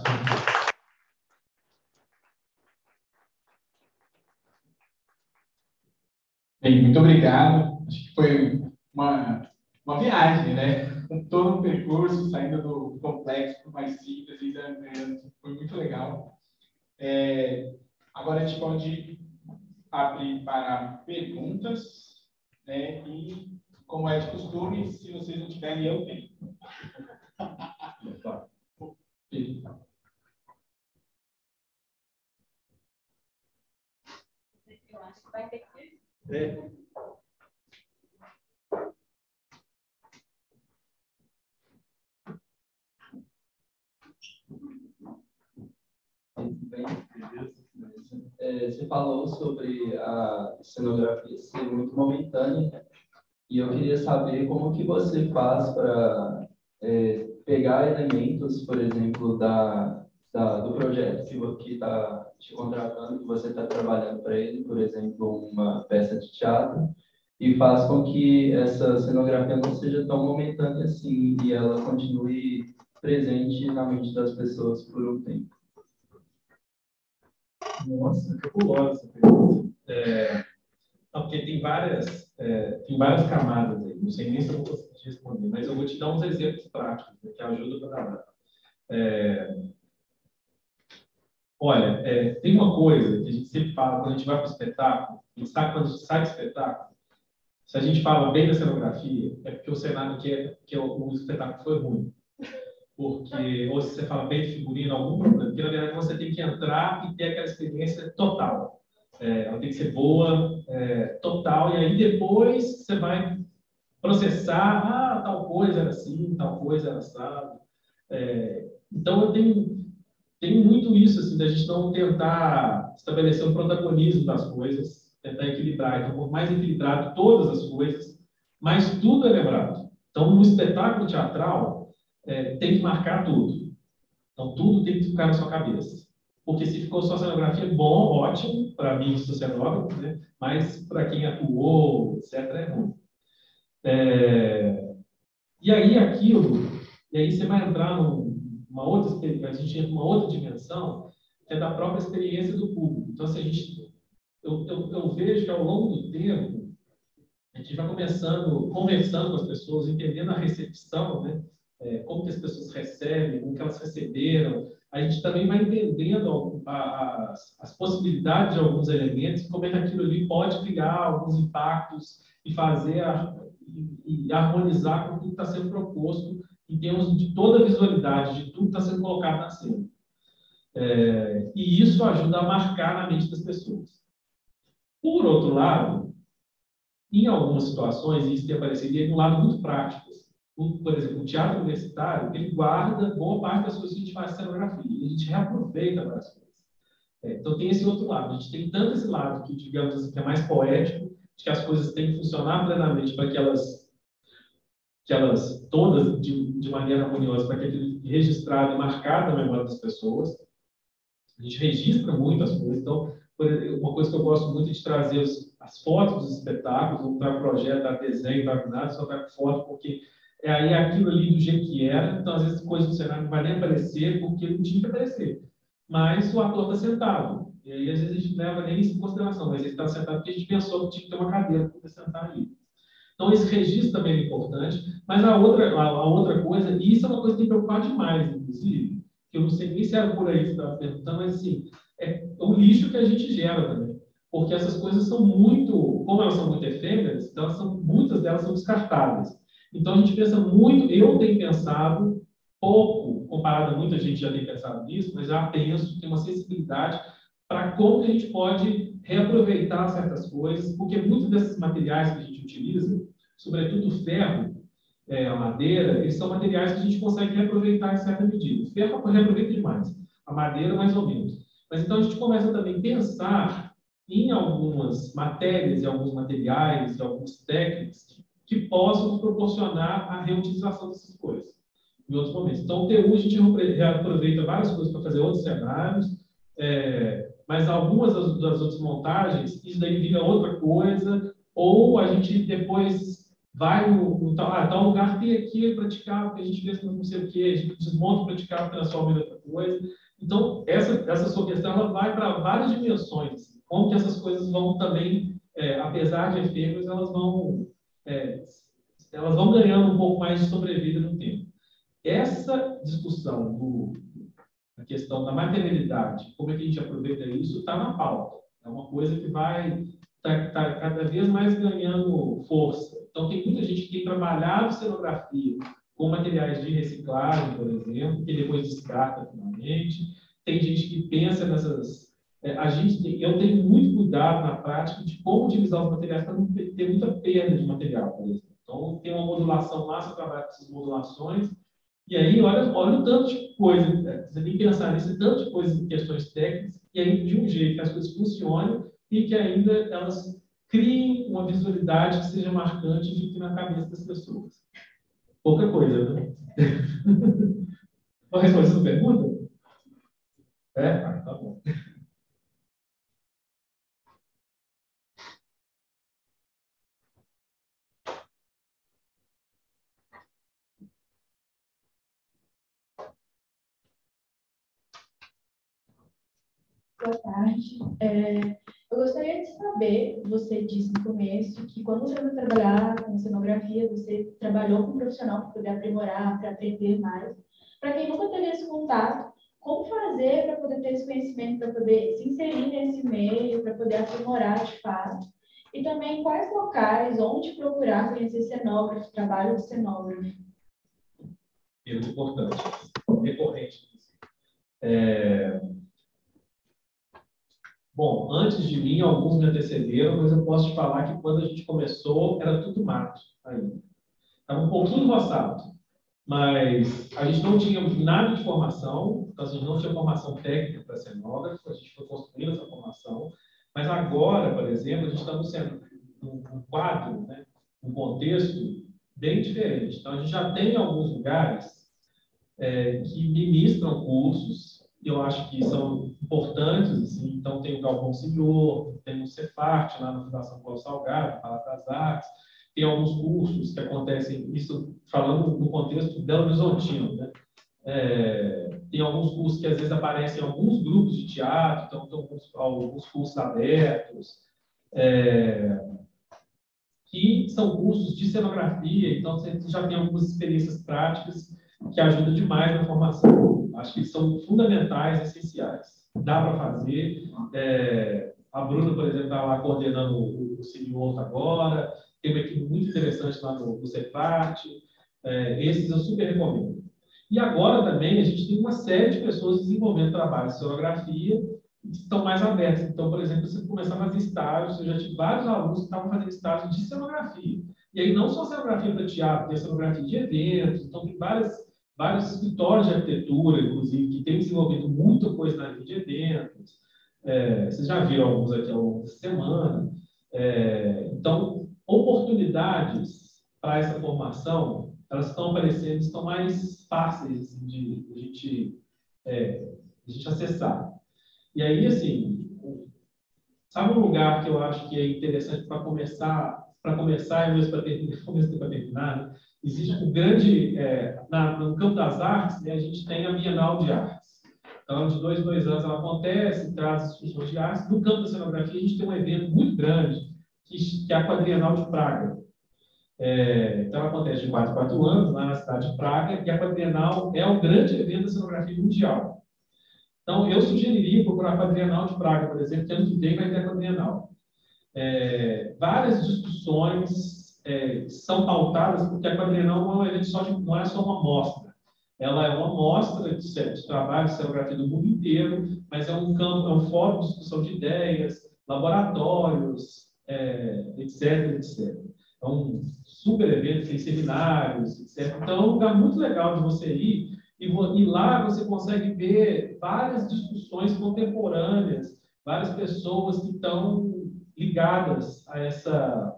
Bem, muito obrigado. Acho que foi uma, uma viagem, né? Com todo um percurso, saindo do complexo para o mais simples, e, né, foi muito legal. É, agora a gente pode abrir para perguntas, né? E, como é de costume, se vocês não tiverem, eu tenho. Eu acho que vai ter que ser. É. bem? É, você falou sobre a cenografia ser muito momentânea, e eu queria saber como que você faz para é, pegar elementos, por exemplo, da, da, do projeto que está te contratando, que você está trabalhando para ele, por exemplo, uma peça de teatro, e faz com que essa cenografia não seja tão momentânea assim, e ela continue presente na mente das pessoas por um tempo. Nossa, cabulosa. É, porque tem várias, é, tem várias camadas aí. Não sei nem se eu vou conseguir responder, mas eu vou te dar uns exemplos práticos, né, que ajudam para dar. É, olha, é, tem uma coisa que a gente sempre fala quando a gente vai para o espetáculo, a gente sabe quando a gente sai do espetáculo, se a gente fala bem da cenografia, é porque o cenário que, é, que é o, o espetáculo foi ruim. Porque, ou se você fala bem de figurino, algum problema. Porque, na verdade, você tem que entrar e ter aquela experiência total. É, ela tem que ser boa, é, total, e aí depois você vai processar, ah, tal coisa era assim, tal coisa era assado. É, então, eu tenho, tenho muito isso, assim, da gente não tentar estabelecer um protagonismo das coisas, tentar equilibrar. Então, por mais equilibrado todas as coisas, mas tudo é lembrado. Então, no espetáculo teatral, É, tem que marcar tudo. Então, tudo tem que ficar na sua cabeça. Porque se ficou só cenografia, bom, ótimo, para mim, sociólogo, né? Mas para quem atuou, etcétera, é ruim. É... E aí, aquilo, e aí você vai entrar numa outra experiência, a gente entra numa outra dimensão, que é da própria experiência do público. Então, assim, a gente, eu, eu, eu vejo que ao longo do tempo, a gente vai começando, conversando com as pessoas, entendendo a recepção, né? É, como que as pessoas recebem, como que elas receberam. A gente também vai entendendo a, a, as, as possibilidades de alguns elementos, como é que aquilo ali pode criar alguns impactos e fazer a, e, e harmonizar com tudo que está sendo proposto em termos de toda a visualidade, de tudo que está sendo colocado na cena. É, e isso ajuda a marcar na mente das pessoas. Por outro lado, em algumas situações, e isso tem aparecido, é um lado muito prático. Por exemplo, o teatro universitário, ele guarda boa parte das coisas que a gente faz em cenografia, e a gente reaproveita várias coisas. É, então, tem esse outro lado. A gente tem tanto esse lado que, digamos assim, que é mais poético, de que as coisas têm que funcionar plenamente para que elas, que elas todas, de, de maneira harmoniosa, para que aquilo registrado e marcado na memória das pessoas. A gente registra muito as coisas. Então, uma coisa que eu gosto muito é de trazer os, as fotos dos espetáculos, não trago projeto, dar desenho, não trago nada, só trago foto, porque é aí aquilo ali do jeito que era. Então, às vezes, coisas do cenário não vai nem aparecer, porque não tinha que aparecer. Mas o ator está sentado. E aí, às vezes, a gente não leva nem isso em consideração, mas ele está sentado porque a gente pensou que tinha que ter uma cadeira para sentar ali. Então, esse registro também é importante. Mas a outra, a, a outra coisa, e isso é uma coisa que tem preocupado demais, inclusive, que eu não sei nem se era por aí que você estava perguntando, mas assim, é o lixo que a gente gera também. Porque essas coisas são muito, como elas são muito efêmeras, então elas são, muitas delas são descartáveis. Então a gente pensa muito, eu tenho pensado pouco, comparado a muita gente já tem pensado nisso, mas já penso, tenho uma sensibilidade para como que a gente pode reaproveitar certas coisas, porque muitos desses materiais que a gente utiliza, sobretudo o ferro, É, a madeira, eles são materiais que a gente consegue reaproveitar em certa medida. O ferro reaproveita demais, a madeira mais ou menos. Mas então a gente começa também a pensar em algumas matérias, em alguns materiais, em algumas técnicas que, que possam nos proporcionar a reutilização dessas coisas em outros momentos. Então, o T U a gente reaproveita várias coisas para fazer outros cenários, é, mas algumas das, das outras montagens, isso daí vira outra coisa, ou a gente depois vai no, no tal, ah, tal lugar tem aqui praticável, que a gente vê não sei o que, a gente desmonta o praticável e transforma em outra coisa. Então, essa, essa sua questão ela vai para várias dimensões. Como que essas coisas vão também, é, apesar de efêmeras, elas vão, é, elas vão ganhando um pouco mais de sobrevida no tempo. Essa discussão do, da questão da materialidade, como é que a gente aproveita isso, está na pauta. É uma coisa que vai tá, tá cada vez mais ganhando força. Então, tem muita gente que tem trabalhado cenografia com materiais de reciclagem, por exemplo, que depois descarta finalmente. Tem gente que pensa nessas... É, a gente tem, eu tenho muito cuidado na prática de como utilizar os materiais para não ter muita perda de material, por exemplo. Então, tem uma modulação lá, você trabalha com essas modulações, E aí, olha, olha o tanto de coisa, né? Você tem que pensar nesse tanto de coisas, questões técnicas, e aí de um jeito que as coisas funcionem e que ainda elas criem uma visualidade que seja marcante e fique na cabeça das pessoas. Pouca coisa, né? Vou responder essa pergunta? É? Ah, tá bom. Boa tarde. É, eu gostaria de saber, você disse no começo que quando você foi trabalhar com cenografia, você trabalhou com um profissional para poder aprimorar, para aprender mais. Para quem nunca teve esse contato, como fazer para poder ter esse conhecimento, para poder se inserir nesse meio, para poder aprimorar de fato? E também quais locais, onde procurar conhecer cenógrafo, trabalho de cenógrafo? Muito importante, recorrente. É... Bom, antes de mim, alguns me antecederam, mas eu posso te falar que quando a gente começou, era tudo mato ainda. Estava um pouquinho roçado, mas a gente não tinha nada de formação, então a gente não tinha formação técnica para cenógrafo, a gente foi construindo essa formação, mas agora, por exemplo, a gente está no centro, um, um quadro, né, um contexto bem diferente. Então, a gente já tem alguns lugares é, que ministram cursos, e eu acho que são importantes, assim. Então, tem o Galvão Senhor, tem o Cefart, lá na Fundação Paulo Salgado, Palácio das Artes, tem alguns cursos que acontecem, isso falando no contexto Belo Horizontino, né? É, tem alguns cursos que às vezes aparecem em alguns grupos de teatro, então tem alguns, alguns cursos abertos, é, que são cursos de cenografia, então você já tem algumas experiências práticas que ajudam demais na formação. Acho que são fundamentais, essenciais. Dá para fazer. É, a Bruna, por exemplo, está lá coordenando o, o Senhor agora, tem uma equipe muito interessante lá no, no Cefart. É, esses eu super recomendo. E agora também a gente tem uma série de pessoas desenvolvendo trabalho de cenografia que estão mais abertos. Então, por exemplo, você começar a fazer estágios, eu já tive vários alunos que estavam fazendo estágio de cenografia. E aí não só cenografia para teatro, tem cenografia de eventos, então tem várias, vários escritórios de arquitetura, inclusive, que têm desenvolvido muita coisa na área de eventos. É, vocês já viram alguns aqui ao longo da semana. É, então, oportunidades para essa formação, elas estão aparecendo, estão mais fáceis assim, de, de, a gente, é, de a gente acessar. E aí, assim, sabe um lugar que eu acho que é interessante para começar, para começar e mesmo para terminar, para terminar, né? Existe um grande, é, na, no campo das artes, né, a gente tem a Bienal de Artes. Então, de dois em dois anos ela acontece, traz as discussões de artes. No campo da cenografia, a gente tem um evento muito grande, que, que é a Quadrienal de Praga. É, então, ela acontece de quatro em quatro anos, lá na cidade de Praga, e a Quadrienal é um grande evento da cenografia mundial. Então, eu sugeriria procurar a Quadrienal de Praga, por exemplo, que ano que vem vai ter a Quadrienal. É, várias discussões é, são pautadas, porque a Quadrienal não é, um evento só de, não é só uma mostra. Ela é uma mostra de, de trabalho de cenografia do mundo inteiro, mas é um campo, é um fórum de discussão de ideias, laboratórios, é, etc, etcétera. É um super evento, tem seminários, etcétera. Então, é um lugar muito legal de você ir, e, e lá você consegue ver várias discussões contemporâneas, várias pessoas que estão ligadas a essa,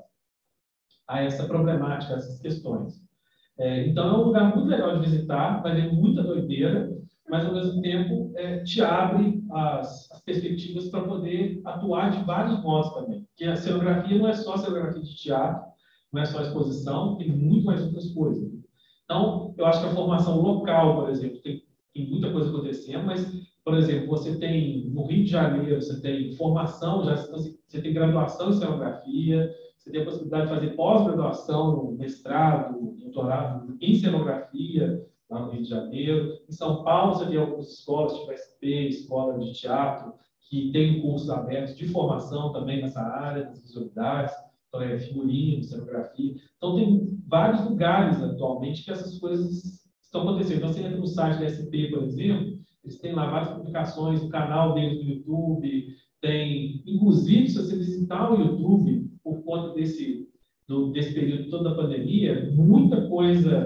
a essa problemática, a essas questões. É, então, é um lugar muito legal de visitar, vai ver muita doideira, mas, ao mesmo tempo, é, te abre as, as perspectivas para poder atuar de vários modos também. Porque a cenografia não é só cenografia de teatro, não é só exposição, tem muito mais outras coisas. Então, eu acho que a formação local, por exemplo, tem, tem muita coisa acontecendo, mas, por exemplo, você tem, no Rio de Janeiro, você tem formação, já, você tem graduação em cenografia, você tem a possibilidade de fazer pós-graduação, mestrado, doutorado em cenografia, lá no Rio de Janeiro. Em São Paulo, você tem algumas escolas, tipo S P, Escola de Teatro, que tem cursos abertos de formação também nessa área, das visualidades. Então, é figurino, cenografia. Então, tem vários lugares atualmente que essas coisas estão acontecendo. Então, você entra no site da S P, por exemplo, eles têm lá várias publicações, o canal deles no YouTube, tem, inclusive, se você visitar o YouTube, por conta desse, do, desse período todo da pandemia, muita coisa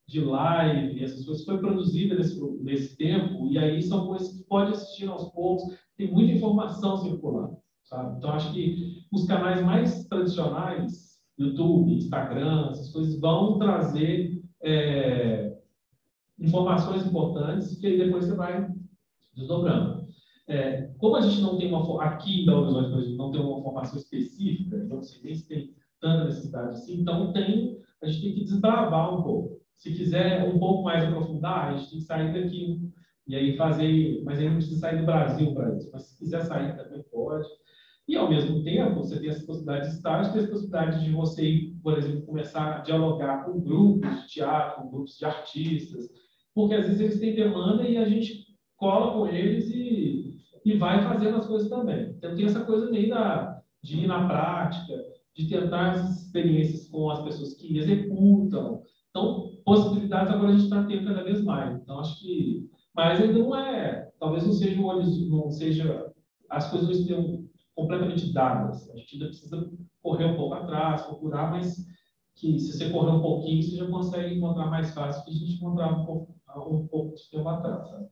de live, essas coisas, foi produzida nesse, nesse tempo, e aí são coisas que pode assistir aos poucos, tem muita informação circulando, sabe? Então, acho que os canais mais tradicionais, YouTube, Instagram, essas coisas, vão trazer é, informações importantes, que aí depois você vai desdobrando. É, como a gente não tem uma, aqui em Belo Horizonte, por exemplo, não tem uma formação específica, então não sei nem se tem tanta necessidade assim, então tem, a gente tem que desbravar um pouco. Se quiser um pouco mais aprofundar, a gente tem que sair daqui e aí fazer, mas aí não precisa sair do Brasil para isso, mas se quiser sair também pode. E ao mesmo tempo, você tem essa possibilidade de estágio, tem essa possibilidade de você ir, por exemplo, começar a dialogar com grupos de teatro, com grupos de artistas, porque às vezes eles têm demanda e a gente cola com eles e, e vai fazendo as coisas também. Então tem essa coisa meio da, de ir na prática, de tentar essas experiências com as pessoas que executam. Então, possibilidades agora a gente está tendo cada vez mais. Então, acho que... Mas ainda não é... Talvez não seja, não seja as coisas não estejam completamente dadas. A gente ainda precisa correr um pouco atrás, procurar, mas que se você correr um pouquinho, você já consegue encontrar mais fácil que a gente encontrava um pouco, um pouco de tempo atrás, sabe?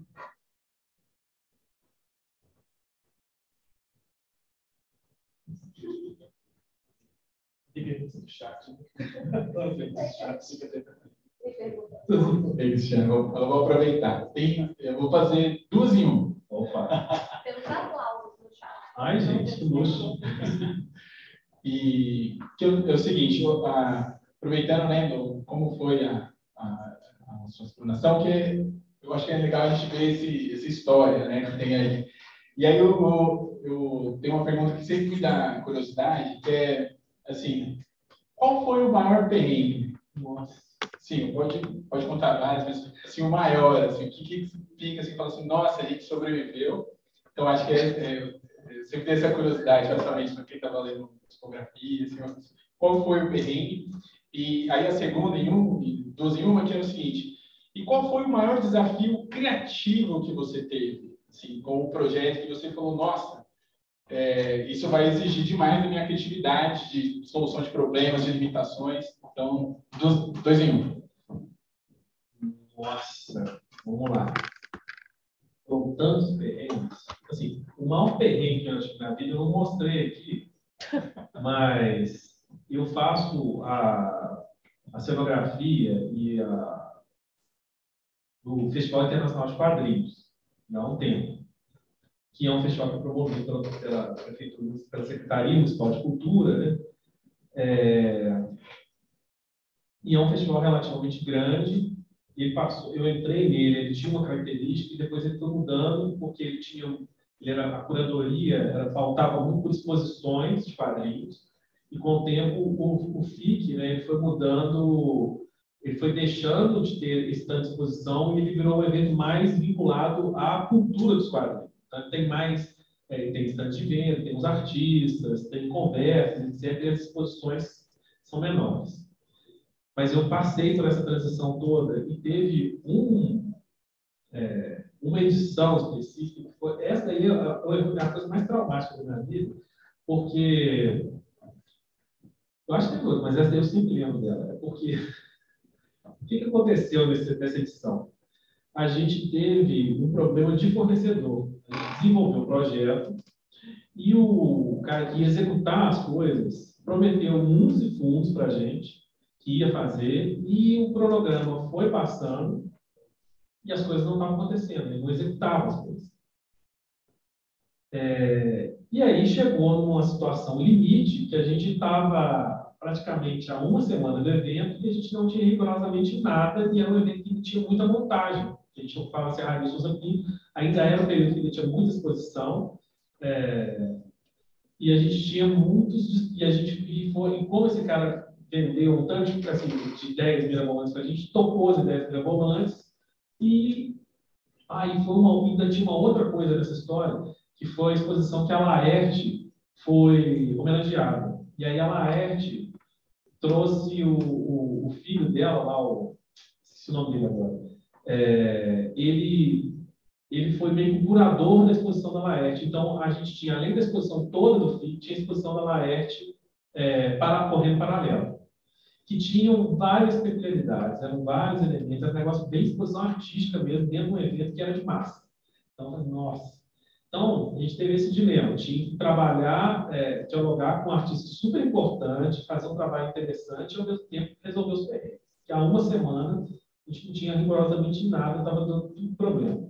Perguntas do chat. Cristiano, eu vou aproveitar. Tem, eu vou fazer duas em um. Opa! Temos aplausos no chat. Ai, gente, que luxo. E que eu, é o seguinte, eu, a, aproveitando, né, do, como foi a, a, a sua explanação, que eu acho que é legal a gente ver esse, essa história, né, que tem aí. E aí eu, eu, eu tenho uma pergunta que sempre me dá curiosidade, que é, assim, qual foi o maior perrengue? Nossa. Sim, pode, pode contar várias, mas assim, o maior, assim, o que, que fica assim, fala assim, nossa, a gente sobreviveu. Então, acho que é, é, é, sempre tem essa curiosidade, especialmente para quem estava lendo discografia, assim, qual foi o perrengue? E aí a segunda em um, e duas em uma, que é o seguinte, e qual foi o maior desafio criativo que você teve, assim, com o projeto que você falou, nossa, é, isso vai exigir demais da minha criatividade, de solução de problemas, de limitações. Então, dois, dois em um. Nossa, vamos lá. Com tantos perrengues. Assim, o maior perrengue que eu tive na vida eu não mostrei aqui, mas eu faço a, a cenografia e a, do Festival Internacional de Quadrinhos há um tempo, que é um festival que é promovido pela, pela Prefeitura, pela Secretaria Municipal de Cultura, né? É, e é um festival relativamente grande. E passou, eu entrei nele, ele tinha uma característica e depois ele foi mudando, porque ele tinha, ele era, a curadoria era, faltava muito por exposições de quadrinhos, e com o tempo o, o F I C, né, ele foi mudando, ele foi deixando de ter esse tanto de exposição e ele virou um evento mais vinculado à cultura dos quadrinhos. Então, tem mais, é, tem estande de venda, tem os artistas, tem conversas, etcétera, e as exposições são menores. Mas eu passei por essa transição toda e teve um, é, uma edição específica, que foi, essa aí é a, a coisa mais traumática da minha vida, porque, eu acho que tem outra, mas essa aí eu sempre lembro dela, é porque, o que, que aconteceu nesse, nessa edição? A gente teve um problema de fornecedor, a gente desenvolveu um projeto e o cara que ia executar as coisas prometeu mundos e fundos para a gente, que ia fazer, e o cronograma foi passando e as coisas não estavam acontecendo, ele não executava as coisas. É, e aí chegou numa situação limite que a gente estava praticamente há uma semana do evento e a gente não tinha rigorosamente nada, e era um evento que tinha muita montagem. A gente ocupava a Serraria Souza Pinto, ainda era um período que ele tinha muita exposição, é, e a gente tinha muitos, e a gente e foi, e como esse cara vendeu um tanto de, assim, de ideias mirabolantes para a gente, tocou as ideias mirabolantes, e aí foi uma, ainda tinha uma outra coisa nessa história, que foi a exposição que a Laerte foi homenageada. E aí a Laerte trouxe o, o, o filho dela lá, o, esqueci o nome dele agora, é, ele, ele foi meio que curador da exposição da Laerte. Então a gente tinha, além da exposição toda do F I C, tinha a exposição da Laerte é, para, correndo paralelo. que tinham várias peculiaridades, eram vários elementos, era um negócio bem exposição artística mesmo, dentro de um evento que era de massa. Então, nossa. Então, a gente teve esse dilema, tinha que trabalhar, é, dialogar com um artista super importante, fazer um trabalho interessante e, ao mesmo tempo, resolver os perrengues. Que há uma semana, a gente não tinha rigorosamente nada, estava dando tudo problema.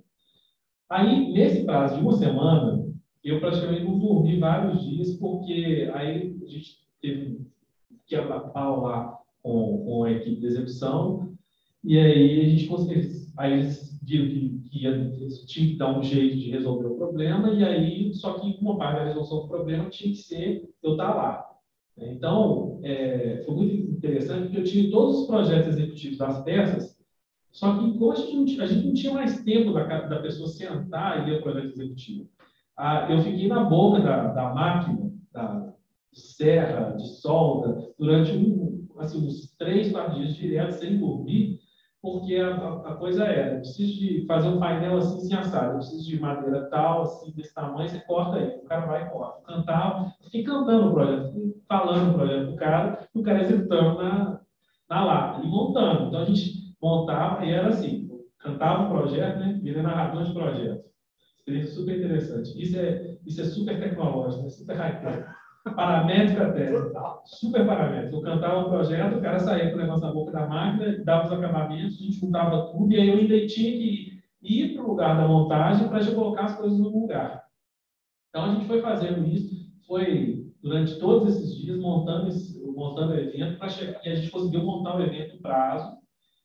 Aí, nesse prazo de uma semana, eu praticamente não dormi vários dias, porque aí a gente teve que quebra-pau lá com, com a equipe de execução, e aí a gente conseguiu, aí eles viram que, que ia, tinha que dar um jeito de resolver o problema, e aí, só que uma parte da resolução do problema tinha que ser eu estar lá. Então, é, foi muito interessante, porque eu tinha todos os projetos executivos das peças, só que como a gente não tinha, a gente não tinha mais tempo da, da pessoa sentar e ler o projeto executivo. Ah, eu fiquei na boca da, da máquina, da serra, de solda, durante um, assim, uns três, quatro dias direto, sem dormir, porque a, a coisa era, eu preciso de fazer um painel assim, sem assado, eu preciso de madeira tal, assim, desse tamanho, você corta aí, o cara vai e corta. Eu cantava, fiquei cantando o projeto, fiquei falando o projeto do cara, e o cara executando na, na lata, e montando. Então a gente montava e era assim, cantava o projeto, né, e ele é narrador de projeto. Experiência super interessante. Isso é, isso é super tecnológico, né? Super high-tech. Paramétrico até. Super paramétrico. Eu cantava um projeto, o cara saía com o negócio na boca da máquina, dava os acabamentos, a gente juntava tudo, e aí eu ainda tinha que ir para o lugar da montagem para já colocar as coisas no lugar. Então a gente foi fazendo isso, foi durante todos esses dias montando, esse, montando o evento, para chegar, e a gente conseguiu montar o evento no prazo.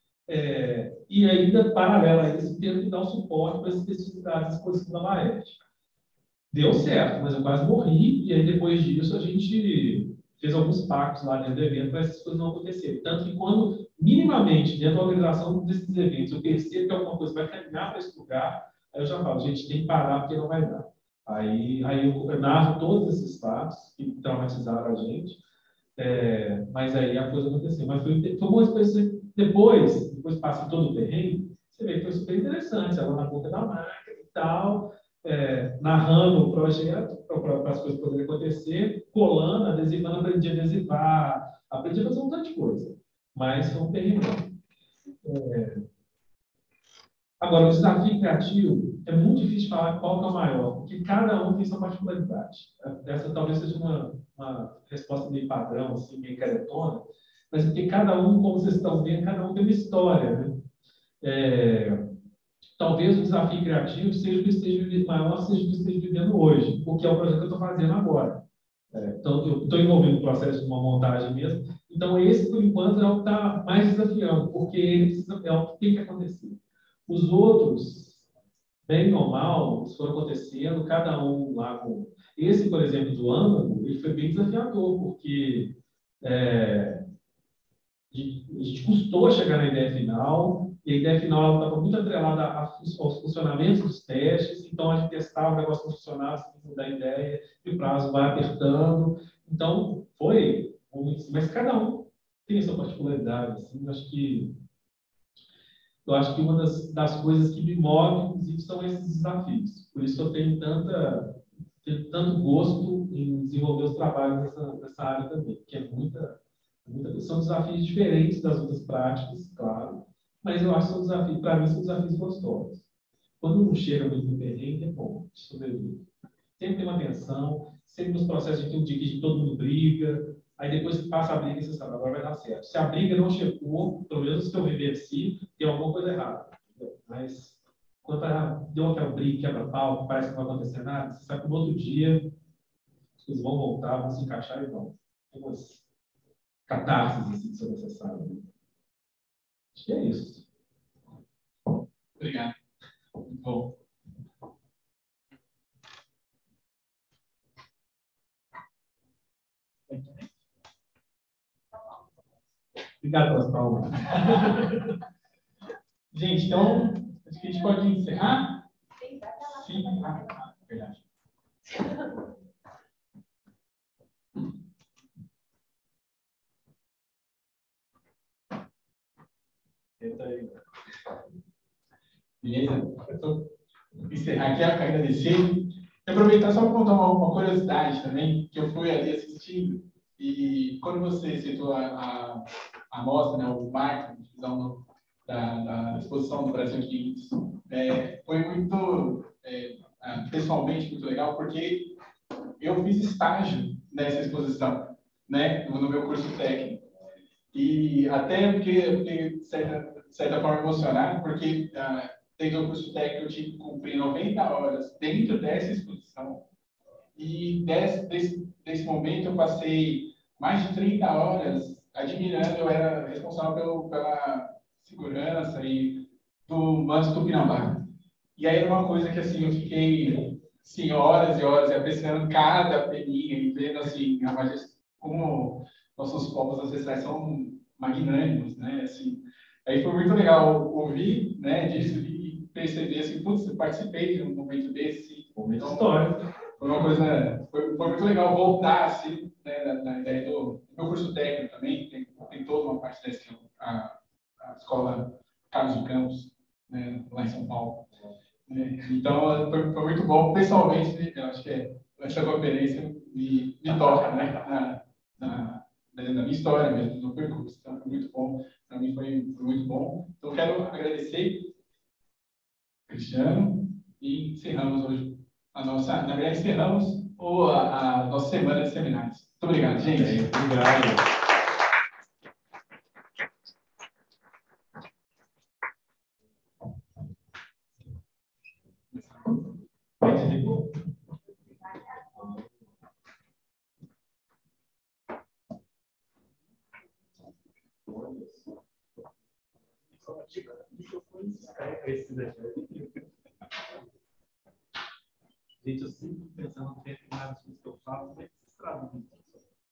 É, e ainda, paralelo a isso, tendo que dar um suporte para as especificidades expositivas da Maerte. Deu certo, mas eu quase morri, e aí depois disso a gente fez alguns pactos lá dentro do evento para essas coisas não acontecerem. Tanto que quando, minimamente, dentro da organização desses eventos, eu percebo que alguma coisa vai caminhar para esse lugar, aí eu já falo, gente, tem que parar porque não vai dar. Aí, aí eu narro todos esses fatos que traumatizaram a gente, é, mas aí a coisa aconteceu. Mas foi, foi uma experiência. Depois, depois passa todo o terreno, você vê que foi super interessante, ela na boca da máquina e tal, é, narrando o projeto para as coisas poderem acontecer, colando, adesivando, aprendi a adesivar, aprendi a fazer um monte de coisa. Mas foi um terreno. É... Agora, o desafio criativo é muito difícil falar qual que é o maior, porque cada um tem sua particularidade. Essa talvez seja uma, uma resposta meio padrão, assim, meio caretona, mas porque cada um, como vocês estão vendo, cada um tem uma história, né? É, talvez o desafio criativo seja o que esteja vivendo, maior seja o que esteja vivendo hoje, porque é o projeto que eu estou fazendo agora. É, então, eu estou envolvido no processo de uma montagem mesmo. Então, esse, por enquanto, é o que está mais desafiando, porque ele precisa, é o que tem que acontecer. Os outros, bem ou mal, foram acontecendo, cada um lá com... Esse, por exemplo, do âmago, ele foi bem desafiador, porque... É, a gente custou chegar na ideia final, e a ideia final estava muito atrelada aos funcionamentos dos testes, então a gente testava o negócio não funcionava, sem mudar a ideia, e o prazo vai apertando. Então, foi, mas cada um tem a sua particularidade. Assim, eu acho que, eu acho que uma das, das coisas que me move, inclusive, são esses desafios. Por isso eu tenho, tanta, tenho tanto gosto em desenvolver os trabalhos nessa, nessa área também, porque é muita. São desafios diferentes das outras práticas, claro, mas eu acho que são desafios, para mim, são desafios gostosos. Quando não chega muito no perrengue, é bom, sobreviver. Sempre tem uma tensão, sempre nos processos de ter um dia que todo mundo briga, aí depois que passa a briga, você sabe, agora vai dar certo. Se a briga não chegou, pelo menos se eu vivencio, tem alguma coisa errada. Mas quando deu aquela briga, quebra-pau, parece que não vai acontecer nada, você sabe que no outro dia as coisas vão voltar, vão se encaixar e vão. Tem umas catarses, assim, que são necessárias. Acho que é isso. Obrigado. Muito bom. Obrigado pelas palmas. Gente, então, acho que a gente pode encerrar? Sim. Ah, verdade. Beleza? Então, encerrar aqui, agradecer. E aproveitar só para contar uma, uma curiosidade também, que eu fui ali assistindo, E quando você citou a, a, a mostra, né, o marco, a divisão da, da exposição do Brasil quinhentos, é, foi muito, é, pessoalmente, muito legal, porque eu fiz estágio nessa exposição, né, no meu curso técnico. E até porque eu fiquei, de certa, de certa forma, emocionado, porque ah, dentro do curso técnico eu tive que cumprir noventa horas dentro dessa exposição. E desse, desse, desse momento eu passei mais de trinta horas admirando, eu era responsável pelo, pela segurança e do Manto Tupinambá. E aí era uma coisa que assim, eu fiquei assim, horas e horas apreciando cada peninha e vendo assim, a majest... como nossos povos ancestrais são magnânimos, né? Assim, aí foi muito legal ouvir, né, disso e perceber assim, putz, eu participei de um momento desse. Momento Então, histórico. foi uma coisa, foi, foi muito legal voltar assim, né, na, na ideia do, do meu curso técnico também, tem, tem toda uma parte dessa, a, a escola Carlos de Campos, né, lá em São Paulo. Né? Então, foi, foi muito bom. Pessoalmente, eu acho que é, essa conferência me, me toca, né, na, na, na minha história mesmo, no percurso. Então, foi muito bom. Para mim, foi, foi muito bom. Então, quero agradecer, Cristiano, e encerramos hoje a nossa, na verdade, encerramos ou a, a nossa semana de seminários. Muito obrigado, gente. Bem, obrigado. Gente, eu sempre pensando no tempo nas coisas que eu falo, como é que vocês traduzem?